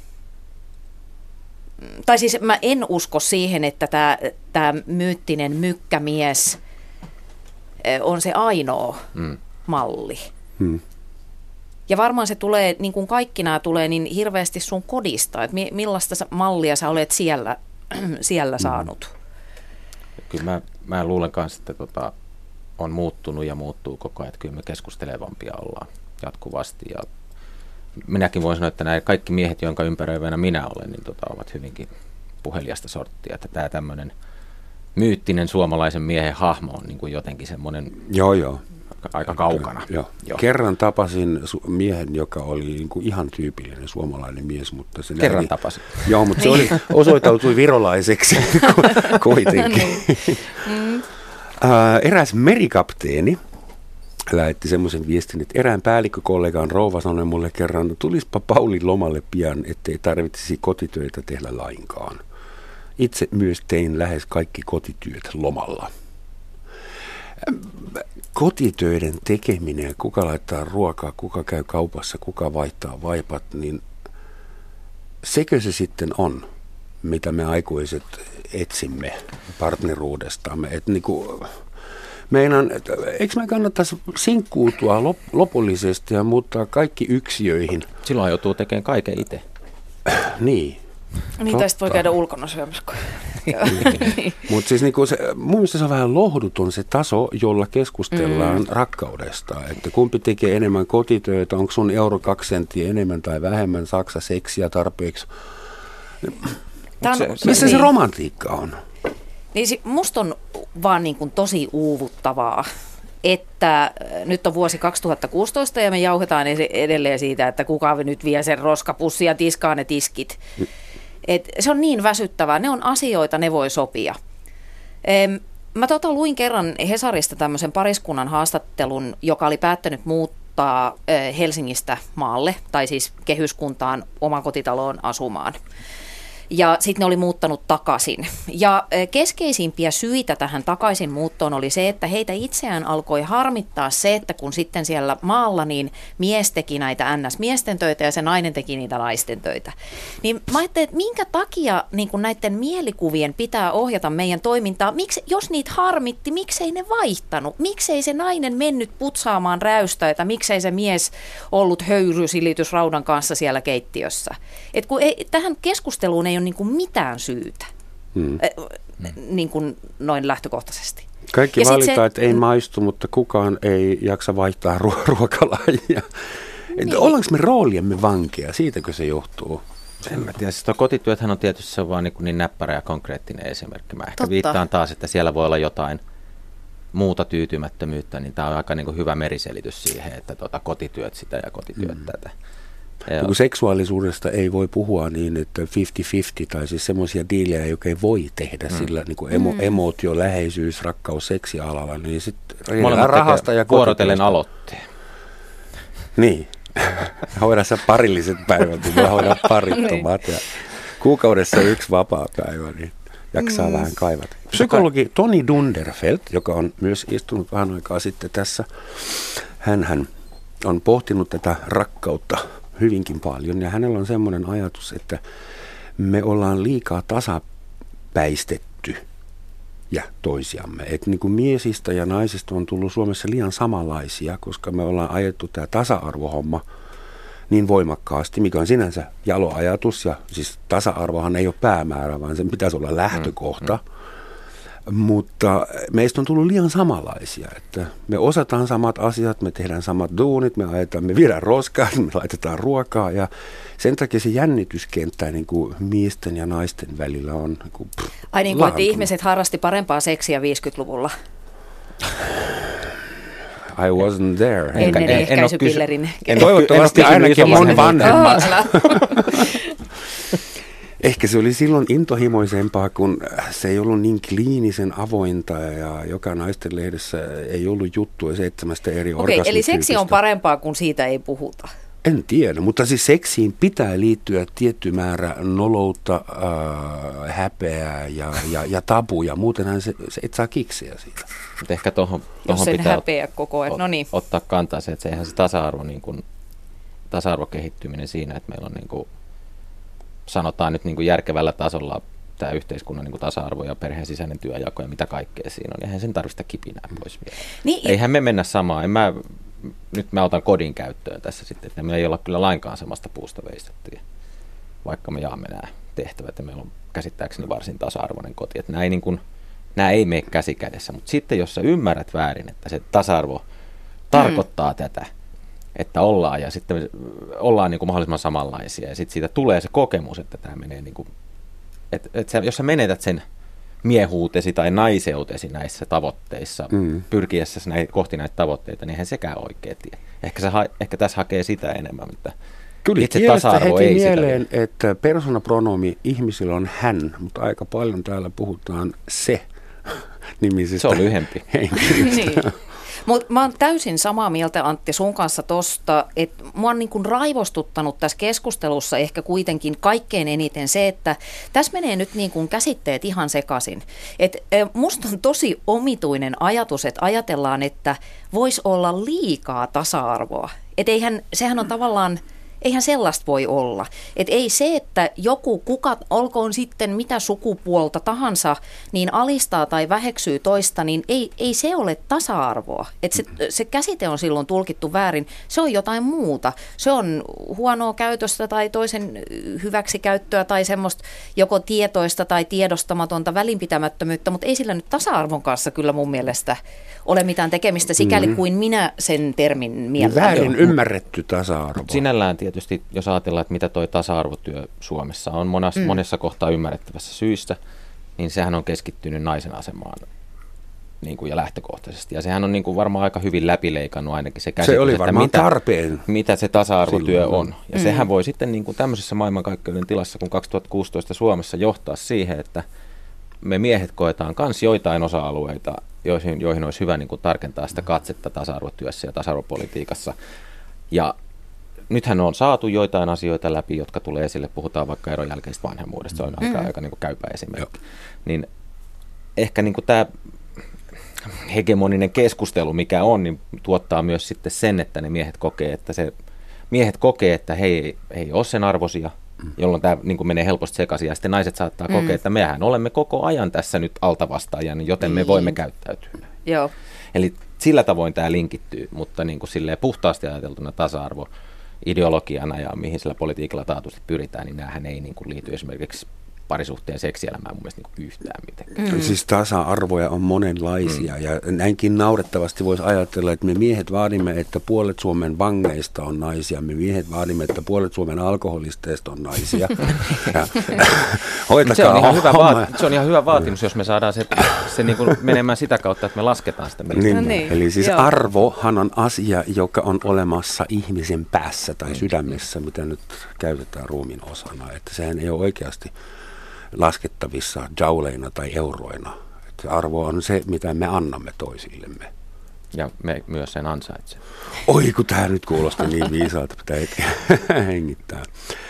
tai siis mä en usko siihen, että tämä myyttinen mykkämies on se ainoa malli. Ja varmaan se tulee, niin kuin kaikki nämä tulee, niin hirveästi sun kodista, että millaista mallia sä olet siellä saanut. Kyllä mä luulen kanssa, että on muuttunut ja muuttuu koko ajan, että kyllä me keskustelevampia ollaan jatkuvasti. Ja minäkin voin sanoa, että nämä kaikki miehet, jonka ympäröivänä minä olen, niin ovat hyvinkin puheliasta sorttia. Että tämä tämmöinen myyttinen suomalaisen miehen hahmo on niin kuin jotenkin semmoinen aika kaukana. Joo. Kerran tapasin miehen, joka oli niin kuin ihan tyypillinen suomalainen mies. Mutta se tapasin. Joo, mutta se osoittautui virolaiseksi kuitenkin. Eräs merikapteeni lähetti semmoisen viestin, että erään päällikkökollegan rouva sanoi mulle kerran, tulispa Pauli lomalle pian, ettei tarvitsisi kotitöitä tehdä lainkaan. Itse myös tein lähes kaikki kotityöt lomalla. Kotitöiden tekeminen, kuka laittaa ruokaa, kuka käy kaupassa, kuka vaihtaa vaipat, niin sekö se sitten on, mitä me aikuiset etsimme partneruudestamme. Että niinku, eikö me kannattaisi sinkkuutua lopullisesti ja muuttaa kaikki yksiöihin? Silloin joutuu tekemään kaiken itse. Niin. Niin, tai voi käydä ulkona syömässä. Mutta siis niinku mun mielestä se on vähän lohduton se taso, jolla keskustellaan rakkaudesta. Että kumpi tekee enemmän kotitöitä, onko sun euro 2 senttiä enemmän tai vähemmän, saksa seksiä tarpeeksi. Missä se romantiikka on? Niin musta on vaan niin kuin tosi uuvuttavaa, että nyt on vuosi 2016 ja me jauhetaan edelleen siitä, että kuka nyt vie sen roskapussin ja tiskaa ne tiskit. Et se on niin väsyttävää. Ne on asioita, ne voi sopia. Mä luin kerran Hesarista tämmöisen pariskunnan haastattelun, joka oli päättänyt muuttaa Helsingistä maalle, tai siis kehyskuntaan omakotitaloon asumaan. Ja sitten ne oli muuttanut takaisin. Ja keskeisimpiä syitä tähän takaisin muuttoon oli se, että heitä itseään alkoi harmittaa se, että kun sitten siellä maalla niin mies teki näitä NS-miesten töitä ja se nainen teki niitä naisten töitä. Niin mä ajattelin, että minkä takia niin kun näiden mielikuvien pitää ohjata meidän toimintaa, jos niitä harmitti, miksei ne vaihtanut, miksei se nainen mennyt putsaamaan räystäitä, miksei se mies ollut höyrysilitysraudan kanssa siellä keittiössä. Et kun tähän keskusteluun ei ole niin kuin mitään syytä, niin kuin noin lähtökohtaisesti. Kaikki valitaan, että ei maistu, mutta kukaan ei jaksa vaihtaa ruokalajia. Niin. Ollaanko me rooliemme vankeja? Siitäkö se johtuu? En mä tiedä. Siis tuo kotityöthän on tietysti se on vaan niin näppärä ja konkreettinen esimerkki. Mä ehkä viittaan taas, että siellä voi olla jotain muuta tyytymättömyyttä, niin tämä on aika niin kuin hyvä meriselitys siihen, että kotityöt sitä ja kotityöt tätä. Kun seksuaalisuudesta ei voi puhua niin, että 50-50 tai siis semmoisia diilejä, joka ei voi tehdä sillä niin kuin emootio, läheisyys, rakkaus, seksialalla, niin sitten rahasta ja vuorotellen aloitteen. Niin. Hoida sä parilliset päivät, niin mä hoidan parittomat ja kuukaudessa 1 vapaa päivä, niin jaksaa vähän kaivata. Psykologi Toni Dunderfeldt, joka on myös istunut vähän aikaa sitten tässä, hän on pohtinut tätä rakkautta hyvinkin paljon ja hänellä on semmoinen ajatus, että me ollaan liikaa tasapäistetty ja toisiamme. Että niin kuin miesistä ja naisista on tullut Suomessa liian samanlaisia, koska me ollaan ajettu tämä tasa-arvohomma niin voimakkaasti, mikä on sinänsä jalo ajatus. Ja siis tasa-arvohan ei ole päämäärä, vaan sen pitäisi olla lähtökohta. Mutta meistä on tullut liian samanlaisia, että me osataan samat asiat, me tehdään samat duunit, me viedään roskaa, me laitetaan ruokaa ja sen takia se jännityskenttä niin kuin miesten ja naisten välillä on niin kuin ai niin kuin, että ihmiset harrasti parempaa seksiä 50-luvulla? I wasn't there. Ennen ehkäisypillerin. Toivottavasti ainakin mun vanhemmat. Ehkä se oli silloin intohimoisempaa, kun se ei ollut niin kliinisen avointa ja joka naisten lehdessä ei ollut juttua 7 eri orgasmityypistä. Eli seksi on parempaa, kun siitä ei puhuta? En tiedä, mutta siis seksiin pitää liittyä tietty määrä noloutta, häpeää ja tabuja. Muutenhan se et saa kiksiä siitä. Mutta ehkä tuohon pitää ottaa kantaa se, että eihän se tasa-arvo kehittyminen siinä, että meillä on niin kuin sanotaan nyt niin kuin järkevällä tasolla tämä yhteiskunnan niin kuin tasa-arvo ja perheen sisäinen työjako ja mitä kaikkea siinä on. Eihän sen tarvitse kipinää pois vielä. Niin, eihän me mennä samaan. Nyt mä otan kodin käyttöön tässä sitten, että me ei olla kyllä lainkaan samasta puusta veistettyjä, vaikka me jaamme nämä tehtävät ja meillä on käsittääkseni varsin tasa-arvoinen koti. Että nämä ei mene käsi kädessä, mutta sitten jos sä ymmärrät väärin, että se tasa-arvo tarkoittaa tätä, että ollaan ja sitten ollaan niin kuin mahdollisimman samanlaisia ja sitten siitä tulee se kokemus, että tämä menee niin kuin, jos sä menetät sen miehuutesi tai naiseutesi näissä tavoitteissa pyrkiessä kohti näitä tavoitteita, niin eihän sekään oikea tie. Ehkä tässä hakee sitä enemmän, mutta kyllä itse tasa-arvo ei mieleen, sitä. Että persoonapronomi ihmisillä on hän, mutta aika paljon täällä puhutaan se nimisistä. Se on lyhempi. Niin. Mutta mä oon täysin samaa mieltä, Antti, sun kanssa tosta, että mua on niin kuin raivostuttanut tässä keskustelussa ehkä kuitenkin kaikkein eniten se, että tässä menee nyt niin kuin käsitteet ihan sekaisin. Et musta on tosi omituinen ajatus, että ajatellaan, että voisi olla liikaa tasa-arvoa. Että sehän on tavallaan Eihän sellaista voi olla. Et ei se, että kuka olkoon sitten mitä sukupuolta tahansa, niin alistaa tai väheksyy toista, niin ei se ole tasa-arvoa. Et se käsite on silloin tulkittu väärin. Se on jotain muuta. Se on huonoa käytöstä tai toisen hyväksikäyttöä tai semmoista joko tietoista tai tiedostamatonta välinpitämättömyyttä, mutta ei sillä nyt tasa-arvon kanssa kyllä mun mielestä ole mitään tekemistä sikäli kuin minä sen termin mieltä. Väärin ymmärretty tasa-arvo. Sinällään tietysti, jos ajatellaan, että mitä toi tasa-arvotyö Suomessa on monessa kohtaa ymmärrettävässä syystä, niin sehän on keskittynyt naisen asemaan niin kuin ja lähtökohtaisesti. Ja sehän on niin kuin varmaan aika hyvin läpileikannut ainakin se käsitys, se oli varmaan että tarpeen. Mitä se tasa-arvotyö on. Ja sehän voi sitten niin kuin tämmöisessä maailmankaikkeuden tilassa kuin 2016 Suomessa johtaa siihen, että me miehet koetaan myös joitain osa-alueita, joihin olisi hyvä niin kuin tarkentaa sitä katsetta tasa-arvotyössä ja tasa-arvopolitiikassa. Ja nythän on saatu joitain asioita läpi, jotka tulee esille, puhutaan vaikka eron jälkeistä vanhemmuudesta, se on aika niin kuin käypä esimerkki. Niin ehkä niin kuin tämä hegemoninen keskustelu, mikä on, niin tuottaa myös sitten sen, että ne miehet kokee, että he ei ole sen arvoisia, jolloin tämä niin kuin menee helposti sekaisin, ja sitten naiset saattaa kokea, että mehän olemme koko ajan tässä nyt altavastaajana, joten me voimme käyttäytyä. Joo. Eli sillä tavoin tämä linkittyy, mutta niin kuin silleen puhtaasti ajateltuna tasa-arvo ideologiana ja mihin sillä politiikalla taatusti pyritään, niin näähän ei niin kuin liity esimerkiksi parisuhteen seksielämään mun mielestä niin yhtään mitenkään. Siis tasa-arvoja on monenlaisia ja näinkin naurettavasti voisi ajatella, että me miehet vaadimme, että puolet Suomen vangeista on naisia, me miehet vaadimme, että puolet Suomen alkoholisteista on naisia. Se on ihan hyvä vaatimus, jos me saadaan se niin kuin menemään sitä kautta, että me lasketaan sitä. Eli siis arvohan on asia, joka on olemassa ihmisen päässä tai sydämessä, mitä nyt käytetään ruumiin osana, että sehän ei ole oikeasti laskettavissa jouleina tai euroina. Että arvo on se, mitä me annamme toisillemme. Ja me myös sen ansaitsemme. Oi, kun tämä nyt kuulostaa niin viisaalta, pitää hengittää.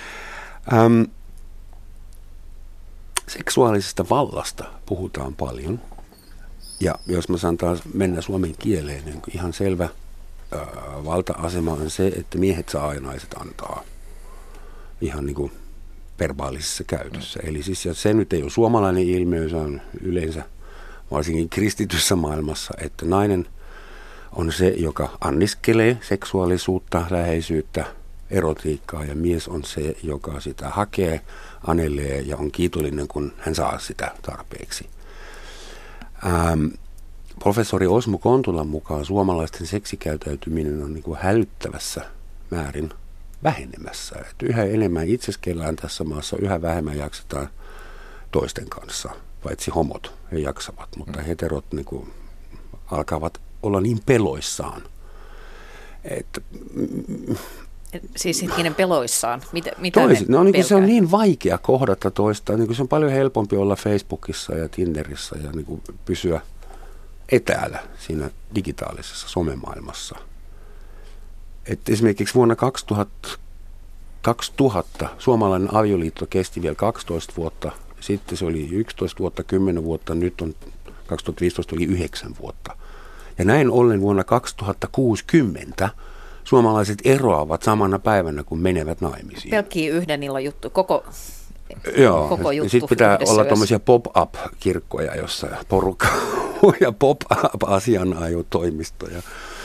Seksuaalisesta vallasta puhutaan paljon. Ja jos mä saan taas mennä suomen kieleen, niin ihan selvä valta-asema on se, että miehet saa ja naiset antaa. Ihan niin kuin verbaalisessa käytössä. Eli siis se nyt ei ole suomalainen ilmiö, se on yleensä varsinkin kristityssä maailmassa, että nainen on se, joka anniskelee seksuaalisuutta, läheisyyttä, erotiikkaa ja mies on se, joka sitä hakee, anelee ja on kiitollinen, kun hän saa sitä tarpeeksi. Professori Osmo Kontulan mukaan suomalaisten seksikäyttäytyminen on niin kuin hälyttävässä määrin vähenemässä. Että yhä enemmän itseskellään tässä maassa, yhä vähemmän jaksetaan toisten kanssa, paitsi homot, he jaksavat, mutta heterot niin kuin alkavat olla niin peloissaan. Että, siis hetkinen peloissaan? Mitä niin se on niin vaikea kohdata toista, niin se on paljon helpompi olla Facebookissa ja Tinderissä ja niin kuin pysyä etäällä siinä digitaalisessa somemaailmassa. Että esimerkiksi vuonna 2000 suomalainen avioliitto kesti vielä 12 vuotta, sitten se oli 11 vuotta, 10 vuotta, nyt on 2015 oli 9 vuotta. Ja näin ollen vuonna 2060 suomalaiset eroavat samana päivänä, kun menevät naimisiin. Pelkkiä yhden illan juttu, koko juttu. Sitten pitää olla tuommoisia pop-up-kirkkoja, jossa porukka ja pop-up-asianajotoimistoja.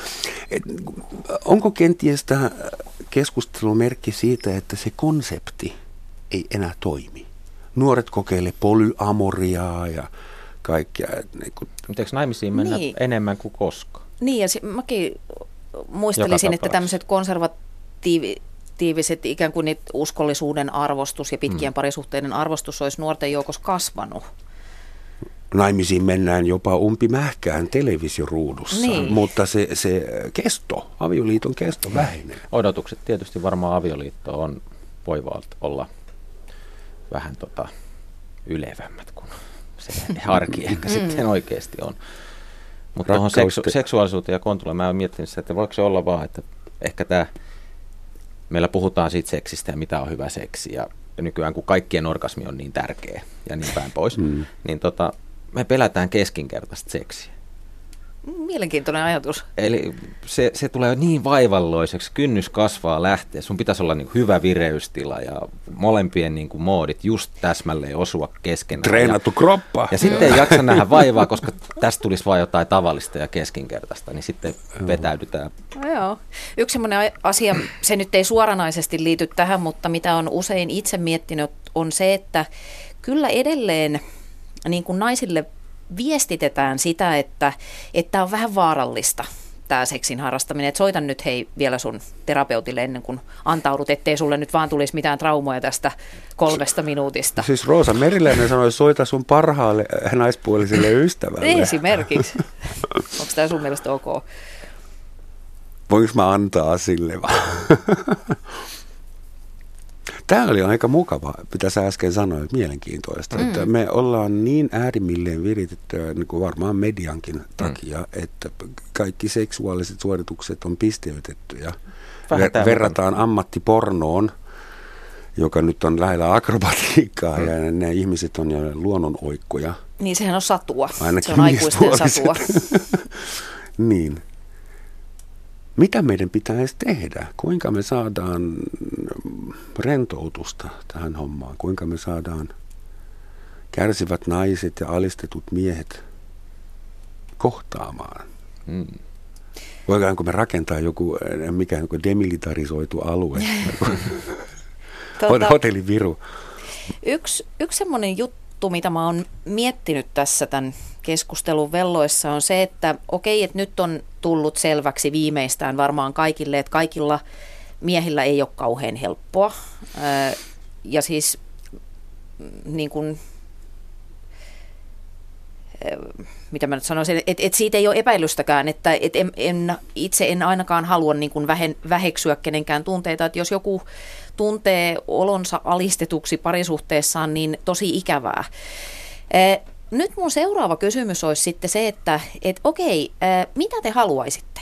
Onko kenties tämä keskustelun merkki siitä, että se konsepti ei enää toimi? Nuoret kokeilee polyamoriaa ja kaikkea. Mutta eikö naimisiin mennä enemmän kuin koskaan? Niin, ja mäkin muistelisin, että tämmöiset konservatiiviset ikään kuin niitä uskollisuuden arvostus ja pitkien parisuhteiden arvostus olisi nuorten joukossa kasvanut. Naimisiin mennään jopa umpimähkään televisioruudussa, mutta se kesto, avioliiton kesto vähenee. Odotukset tietysti varmaan avioliittoon voivat olla vähän ylevämmät kuin se arki ehkä sitten oikeasti on. Mutta tuohon seksuaalisuuteen ja Kontulaan mä oon miettinyt, että voiko se olla vaan, että ehkä meillä puhutaan siitä seksistä ja mitä on hyvä seksi ja nykyään kun kaikkien orgasmi on niin tärkeä ja niin päin pois, niin me pelätään keskinkertaista seksiä. Mielenkiintoinen ajatus. Eli se tulee niin vaivalloiseksi, kynnys kasvaa lähteä. Sun pitäisi olla niin kuin hyvä vireystila ja molempien niin kuin moodit just täsmälleen osua keskenään. Treenattu kroppa. Ja sitten ei jaksa nähdä vaivaa, koska tästä tulisi vain jotain tavallista ja keskinkertaista, niin sitten vetäydytään. Joo. Yksi sellainen asia, se nyt ei suoranaisesti liity tähän, mutta mitä on usein itse miettinyt, on se, että kyllä edelleen niin kuin naisille viestitetään sitä, että on vähän vaarallista tämä seksin harrastaminen. Että soitan nyt vielä sun terapeutille ennen kuin antaudut, ettei sulle nyt vaan tulisi mitään traumoja tästä 3 minuutista. Siis Roosa Meriläinen sanoi, soita sun parhaalle naispuoliselle ystävälle. Esimerkiksi. Onko tämä sun mielestä ok? Voinko mä antaa sille vaan? Tämä oli aika mukava, mitä sä äsken sanoit, mielenkiintoista, että me ollaan niin äärimmilleen viritettyä, niin kuin varmaan mediankin takia, että kaikki seksuaaliset suoritukset on pisteytettyjä verrataan ammattipornoon, joka nyt on lähellä akrobatiikkaa ja ne ihmiset on jo luonnonoikkoja. Niin, sehän on satua. Ainakin se on aikuisten satua. Niin. Mitä meidän pitäisi tehdä? Kuinka me saadaan rentoutusta tähän hommaan? Kuinka me saadaan kärsivät naiset ja alistetut miehet kohtaamaan? Voidaanko me rakentaa joku demilitarisoitu alue? Hotelli Viru. Yksi semmoinen juttu, mitä mä oon miettinyt tässä tämän keskustelun velloissa, on se, että okei, että nyt on tullut selväksi viimeistään varmaan kaikille, että kaikilla miehillä ei ole kauhean helppoa. Ja siis niin kuin, mitä mä nyt sanoisin, että siitä ei ole epäilystäkään, että itse en ainakaan halua niin kuin väheksyä kenenkään tunteita, että jos joku tuntee olonsa alistetuksi parisuhteessaan, niin tosi ikävää. Nyt mun seuraava kysymys olisi sitten se, että okei, mitä te haluaisitte?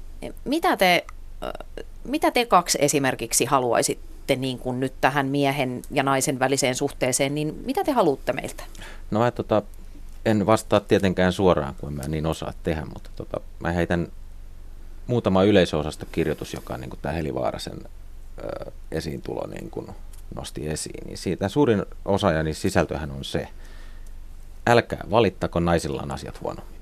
Mitä te kaksi esimerkiksi haluaisitte niin kuin nyt tähän miehen ja naisen väliseen suhteeseen, niin mitä te haluatte meiltä? No en vastaa tietenkään suoraan, kun mä niin osaa tehdä, mutta mä heitän muutama yleisöosastokirjoitus, joka on niin kuin tämä Heli Vaarasen esiintulo niin kuin nosti esiin. Niin siitä suurin osa ja niin sisältöhän on se, älkää valittako, naisilla on asiat huonommin.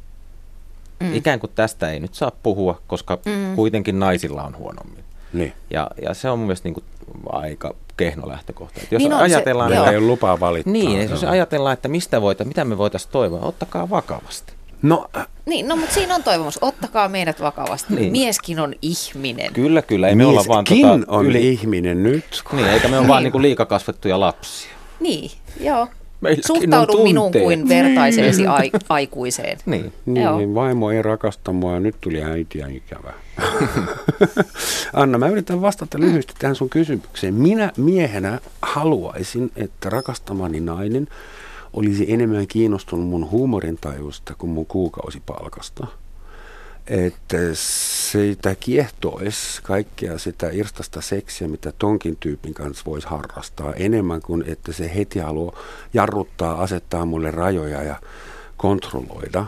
Ikään kuin tästä ei nyt saa puhua, koska kuitenkin naisilla on huonommin. Niin. Ja se on mun mielestä niin kuin aika kehno lähtökohta. Jos niin ajatellaan, meillä ei ole lupaa valittaa. Niin, jos ajatellaan, että mitä me voitaisiin toivoa, ottakaa vakavasti. Mutta siinä on toivomus. Ottakaa meidät vakavasti. Niin. Mieskin on ihminen. Kyllä. Ei me olla vaan on ihminen nyt. Niin, eikä me ole vaan niinku liikakasvettuja lapsia. Niin, joo. Meilläkin Suhtaudu minuun kuin vertaiseesi aikuiseen. Niin, vaimo ei rakasta mua ja nyt tuli äitiä ikävää. Anna, mä yritän vastata lyhyesti tähän sun kysymykseen. Minä miehenä haluaisin, että rakastamani nainen olisi enemmän kiinnostunut mun huumorintajusta kuin mun kuukausipalkasta. Että sitä kiehtoisi kaikkea sitä irstasta seksiä, mitä tonkin tyypin kanssa voisi harrastaa, enemmän kuin että se heti haluaa jarruttaa, asettaa mulle rajoja ja kontrolloida.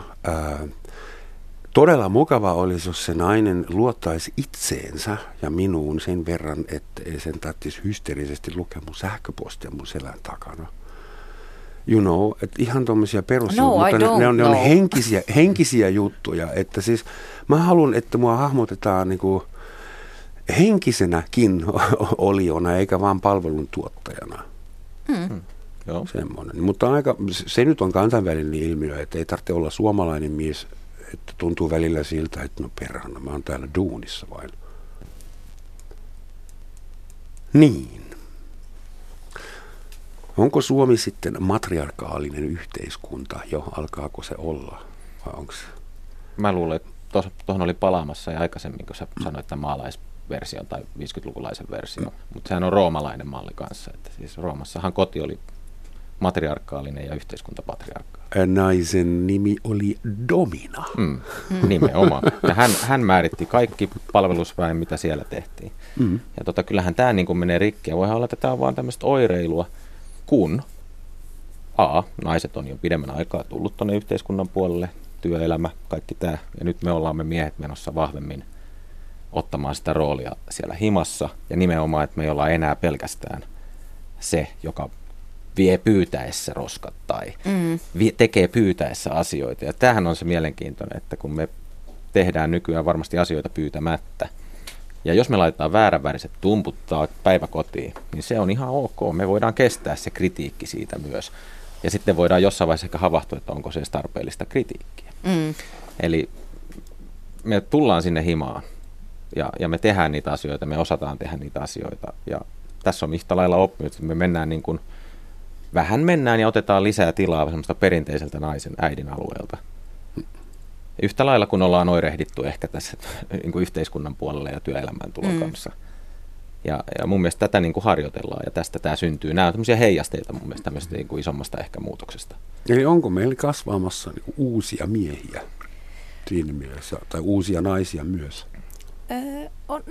Todella mukava olisi, jos se nainen luottaisi itseensä ja minuun sen verran, että ei sen tarvitsisi hysteerisesti lukea mun sähköpostia mun selän takana. You know, että ihan tuommoisia perusjuttuja, mutta ne on henkisiä juttuja. Että siis mä haluan, että mua hahmotetaan niinku henkisenäkin oliona, eikä vaan palveluntuottajana. Joo. Semmoinen. Mutta se nyt on kansainvälinen ilmiö, että ei tarvitse olla suomalainen mies, että tuntuu välillä siltä, että no perhana, mä oon täällä duunissa vain. Niin. Onko Suomi sitten matriarkaalinen yhteiskunta jo? Alkaako se olla? Vai onko se? Mä luulen, että tuohon oli palaamassa ja aikaisemmin, kun sä sanoit tämän maalaisversion tai 50-lukulaisen version. Mutta sehän on roomalainen malli kanssa. Että siis Roomassahan koti oli matriarkaalinen ja yhteiskunta patriarkaalinen. Naisen nimi oli Domina. Nimenomaan. Ja hän määritti kaikki palvelusväen, mitä siellä tehtiin. Ja kyllähän tämä niin kuin menee rikki. Ja voihan olla, että tämä on vaan tämmöistä oireilua, kun naiset on jo pidemmän aikaa tullut tuonne yhteiskunnan puolelle, työelämä, kaikki tämä. Ja nyt me miehet menossa vahvemmin ottamaan sitä roolia siellä himassa. Ja nimenomaan, että me ei olla enää pelkästään se, joka vie pyytäessä roskat tai tekee pyytäessä asioita. Ja tämähän on se mielenkiintoinen, että kun me tehdään nykyään varmasti asioita pyytämättä, ja jos me laitetaan vääränväriset tumput päiväkotiin, niin se on ihan ok. Me voidaan kestää se kritiikki siitä myös. Ja sitten voidaan jossain vaiheessa ehkä havahtua, että onko se edes tarpeellista kritiikkiä. Eli me tullaan sinne himaan ja me tehdään niitä asioita, me osataan tehdä niitä asioita. Ja tässä on yhtä lailla oppinut, että me mennään ja otetaan lisää tilaa semmoista perinteiseltä naisen äidin alueelta. Yhtä lailla kun ollaan oirehdittu ehkä tässä niin kuin yhteiskunnan puolella ja työelämään tulon kanssa. Ja mun mielestä tätä niin kuin harjoitellaan ja tästä tämä syntyy. Nämä on tämmöisiä heijasteita mun mielestä tämmöistä niin kuin isommasta ehkä muutoksesta. Eli onko meillä kasvaamassa niin kuin uusia miehiä siinä mielessä, tai uusia naisia myös? No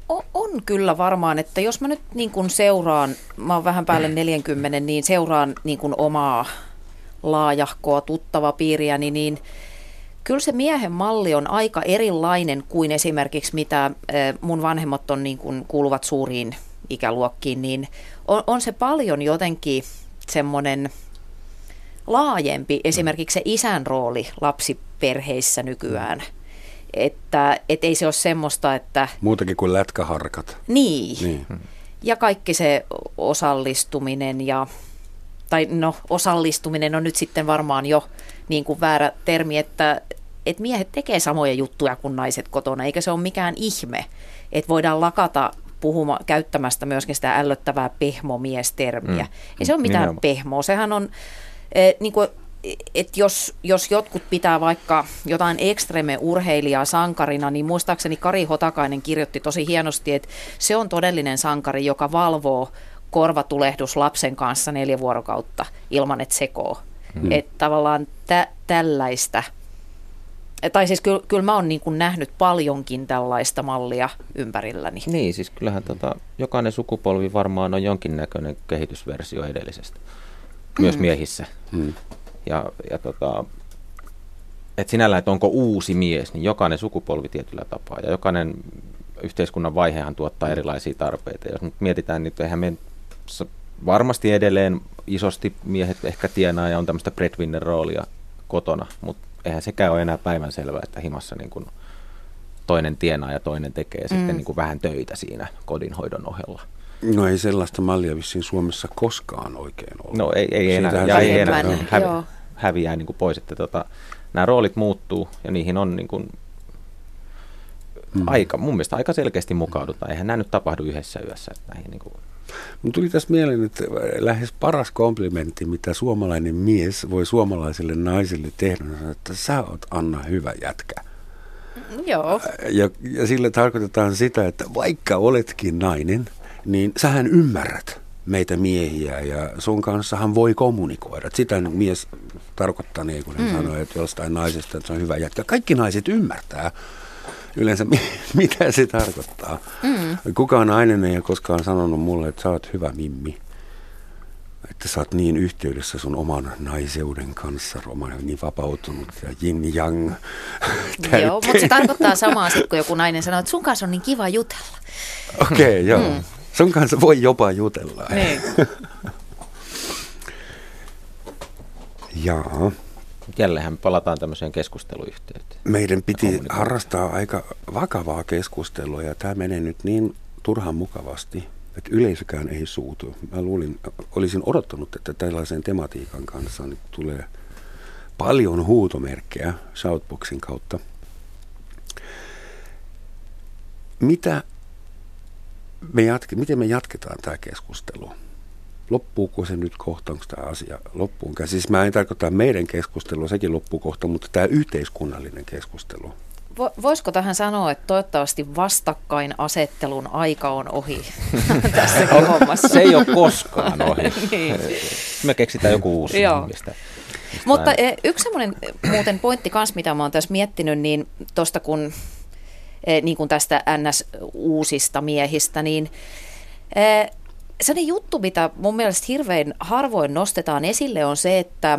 On kyllä varmaan, että jos mä nyt niin kuin seuraan, mä oon vähän päälle 40, niin seuraan niin kuin omaa laajahkoa tuttava piiriäni, niin kyllä se miehen malli on aika erilainen kuin esimerkiksi mitä mun vanhemmat on niin kuin kuuluvat suuriin ikäluokkiin, niin on se paljon jotenkin semmoinen laajempi, esimerkiksi se isän rooli lapsiperheissä nykyään. Että ei se ole semmoista, että... Muutakin kuin lätkäharkat. Niin. Ja kaikki se osallistuminen osallistuminen on nyt sitten varmaan jo niin kuin väärä termi, että miehet tekee samoja juttuja kuin naiset kotona, eikä se ole mikään ihme, että voidaan lakata käyttämästä myöskin sitä ällöttävää pehmomiestermiä. Ei se ole mitään nimenomaan pehmoa, sehän on... niin kuin, että jos jotkut pitää vaikka jotain ekstreme-urheilijaa sankarina, niin muistaakseni Kari Hotakainen kirjoitti tosi hienosti, että se on todellinen sankari, joka valvoo korvatulehdus lapsen kanssa 4 vuorokautta ilman, että sekoo. Että tavallaan tällaista, tai siis kyllä mä oon niin kuin nähnyt paljonkin tällaista mallia ympärilläni. Niin, siis kyllähän jokainen sukupolvi varmaan on jonkinnäköinen kehitysversio edellisestä, myös miehissä. Ja että sinällään, että onko uusi mies, niin jokainen sukupolvi tietyllä tapaa ja jokainen yhteiskunnan vaihehan tuottaa erilaisia tarpeita. Jos nyt mietitään, niin eihän me varmasti edelleen isosti miehet ehkä tienaa ja on tämmöistä breadwinner-roolia kotona, mutta eihän sekään ole enää päivänselvää, että himassa niin kuin toinen tienaa ja toinen tekee sitten niin kuin vähän töitä siinä kodinhoidon ohella. No ei sellaista mallia vissiin Suomessa koskaan oikein ollut. No ei enää, ja ei enää häviää niin kuin pois, että nämä roolit muuttuu ja niihin on niin kuin mun mielestä aika selkeästi mukaudutaan. Eihän nämä nyt tapahdu yhdessä yössä. Näihin niin kuin. Mun tuli tässä mieleen, että lähes paras komplimentti, mitä suomalainen mies voi suomalaiselle naiselle tehdä, on, että sä oot Anna hyvä jätkä. Joo. Ja sillä tarkoitetaan sitä, että vaikka oletkin nainen, niin sähän ymmärrät meitä miehiä ja sun kanssahan voi kommunikoida. Sitä mies tarkoittaa niin, kun hän sanoo, että jostain naisesta, että se on hyvä jätkä. Kaikki naiset ymmärtää yleensä, mitä se tarkoittaa. Kukaan nainen ei ole koskaan sanonut mulle, että sä oot hyvä mimmi. Että sä oot niin yhteydessä sun oman naiseuden kanssa, niin vapautunut ja yin-yang. Joo, mutta se tarkoittaa samaa sitten, kun joku nainen sanoo, että sun kanssa on niin kiva jutella. Okei, joo. Sun kanssa voi jopa jutella. Niin. Jaa. Jälleenhän palataan tämmöiseen keskusteluyhteyteen. Meidän piti harrastaa aika vakavaa keskustelua ja tämä menee nyt niin turhan mukavasti, että yleisökään ei suutu. Mä olisin odottanut, että tällaisen tematiikan kanssa nyt tulee paljon huutomerkkejä Shoutboxin kautta. Miten me jatketaan tämä keskustelu? Loppuuko se nyt kohta, onko tämä asia loppuunkaan? Siis mä en tarkoita meidän keskustelua, sekin loppuu kohta, mutta tämä yhteiskunnallinen keskustelu. Voisiko tähän sanoa, että toivottavasti vastakkainasettelun aika on ohi tässäkin hommassa? Se ei ole koskaan ohi. Niin. Me keksitään joku uusi. Mutta yksi semmoinen muuten pointti kanssa, mitä mä oon tässä miettinyt, niin tuosta kun niin kuin tästä NS-uusista miehistä, niin sellainen juttu, mitä mun mielestä hirveän harvoin nostetaan esille, on se, että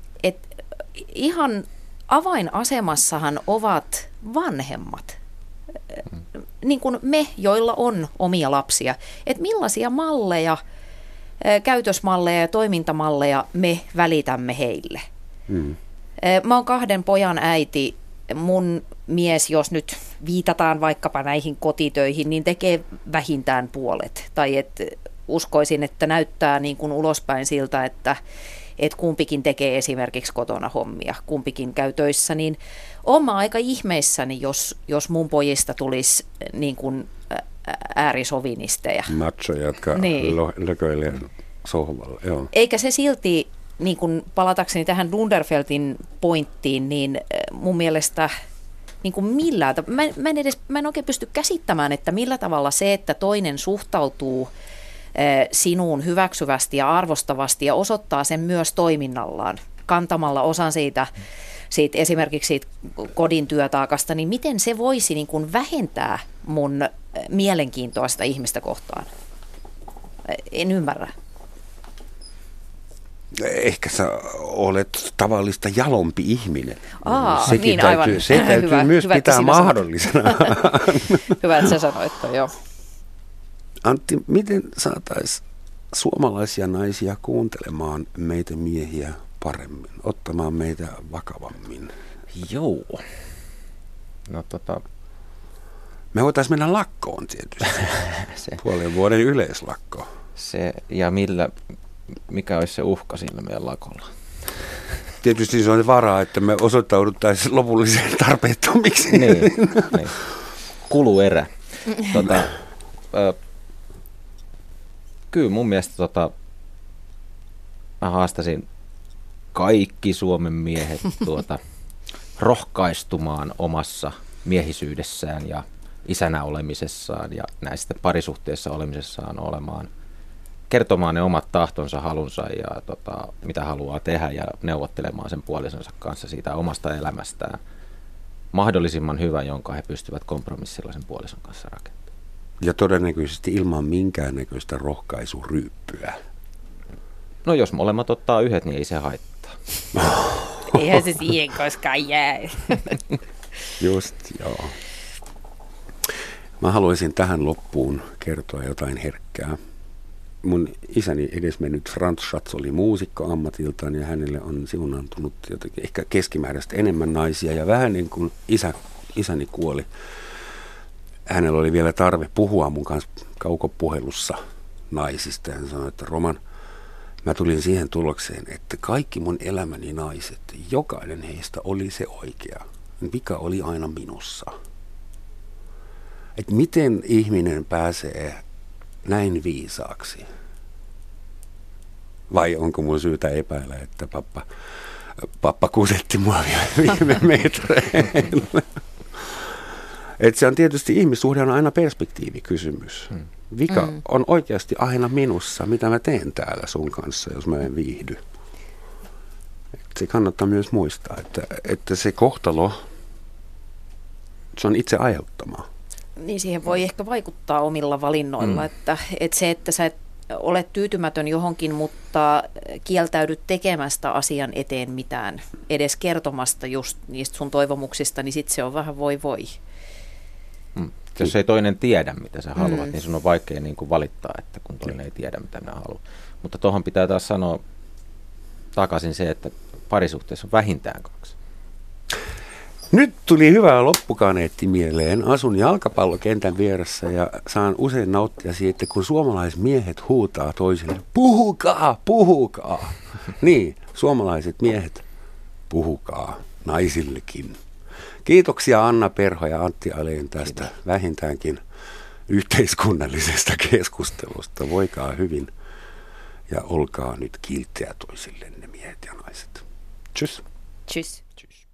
ihan avainasemassahan ovat vanhemmat, niin kuin me, joilla on omia lapsia. Että millaisia malleja, käytösmalleja ja toimintamalleja me välitämme heille. Mä oon 2 pojan äiti. Mun mies, jos nyt viitataan vaikkapa näihin kotitöihin, niin tekee vähintään puolet. Tai että uskoisin, että näyttää niin kuin ulospäin siltä, että kumpikin tekee esimerkiksi kotona hommia, kumpikin käy töissä, niin olen aika ihmeissäni, jos mun pojista tulisi niin kuin äärisovinisteja. Machoja, jotka lököilee sohvalla. Joo. Eikä se silti, niin kuin palatakseni tähän Dunderfeltin pointtiin, niin mun mielestä niin kuin millään mä en oikein pysty käsittämään, että millä tavalla se, että toinen suhtautuu sinuun hyväksyvästi ja arvostavasti ja osoittaa sen myös toiminnallaan, kantamalla osan siitä esimerkiksi siitä kodin työtaakasta, niin miten se voisi niin kuin vähentää mun mielenkiintoa sitä ihmistä kohtaan. En ymmärrä. Ehkä sä olet tavallista jalompi ihminen. Sekin niin, aivan. Se täytyy hyvä, myös hyvä, pitää mahdollisena. Hyvä, että sä sanoit, joo. Antti, miten saataisiin suomalaisia naisia kuuntelemaan meitä miehiä paremmin, ottamaan meitä vakavammin? Joo. No me voitaisiin mennä lakkoon tietysti. Puolen vuoden yleislakkoon. Se, ja mikä olisi se uhka sillä meidän lakolla? Tietysti se on varaa, että me osoittauduttaisiin lopulliseen tarpeettomiksi. Niin. Kuluerä. Kyllä mun mielestä mä haastasin kaikki Suomen miehet rohkaistumaan omassa miehisyydessään ja isänä olemisessaan ja näistä parisuhteessa olemisessaan kertomaan ne omat tahtonsa, halunsa ja mitä haluaa tehdä ja neuvottelemaan sen puolisonsa kanssa siitä omasta elämästään mahdollisimman hyvä, jonka he pystyvät kompromissilla sen puolison kanssa rakentamaan. Ja todennäköisesti ilman minkäännäköistä rohkaisuryyppyä. No jos molemmat ottaa yhdet, niin ei se haittaa. Eihän se siihen koskaan jää. Just, joo. Mä haluaisin tähän loppuun kertoa jotain herkkää. Mun isäni edesmennyt Franz Schatz oli muusikko ammatiltaan ja hänelle on siunantunut jotenkin ehkä keskimääräistä enemmän naisia. Ja vähän niin kuin isäni kuoli, hänellä oli vielä tarve puhua mun kanssa kaukopuhelussa naisista. Hän sanoi, että Roman, mä tulin siihen tulokseen, että kaikki mun elämäni naiset, jokainen heistä oli se oikea. Vika oli aina minussa. Että miten ihminen pääsee näin viisaaksi? Vai onko mun syytä epäillä, että pappa kusetti mua viime metreillä? Että se on tietysti, ihmissuhde on aina perspektiivikysymys. Vika on oikeasti aina minussa, mitä mä teen täällä sun kanssa, jos mä en viihdy. Et se kannattaa myös muistaa, että se kohtalo, se on itse aiheuttamaa. Niin siihen voi ehkä vaikuttaa omilla valinnoilla, että se, että sä et ole tyytymätön johonkin, mutta kieltäydyt tekemästä asian eteen mitään, edes kertomasta just niistä sun toivomuksista, niin sitten se on vähän voi. Jos ei toinen tiedä, mitä sä haluat, niin sun on vaikea niin kuin valittaa, että kun toinen ei tiedä, mitä minä haluan. Mutta tuohon pitää taas sanoa takaisin se, että parisuhteessa on vähintään 2. Nyt tuli hyvä loppukaneetti mieleen. Asun jalkapallokentän vieressä ja saan usein nauttia siitä, kun suomalaismiehet huutaa toisille, puhukaa, puhukaa. Niin, suomalaiset miehet, puhukaa naisillekin. Kiitoksia Anna Perho ja Antti Aleen tästä vähintäänkin yhteiskunnallisesta keskustelusta. Voikaa hyvin ja olkaa nyt kiltteä toisillenne miehet ja naiset. Tschüss. Tschüss. Tschüss.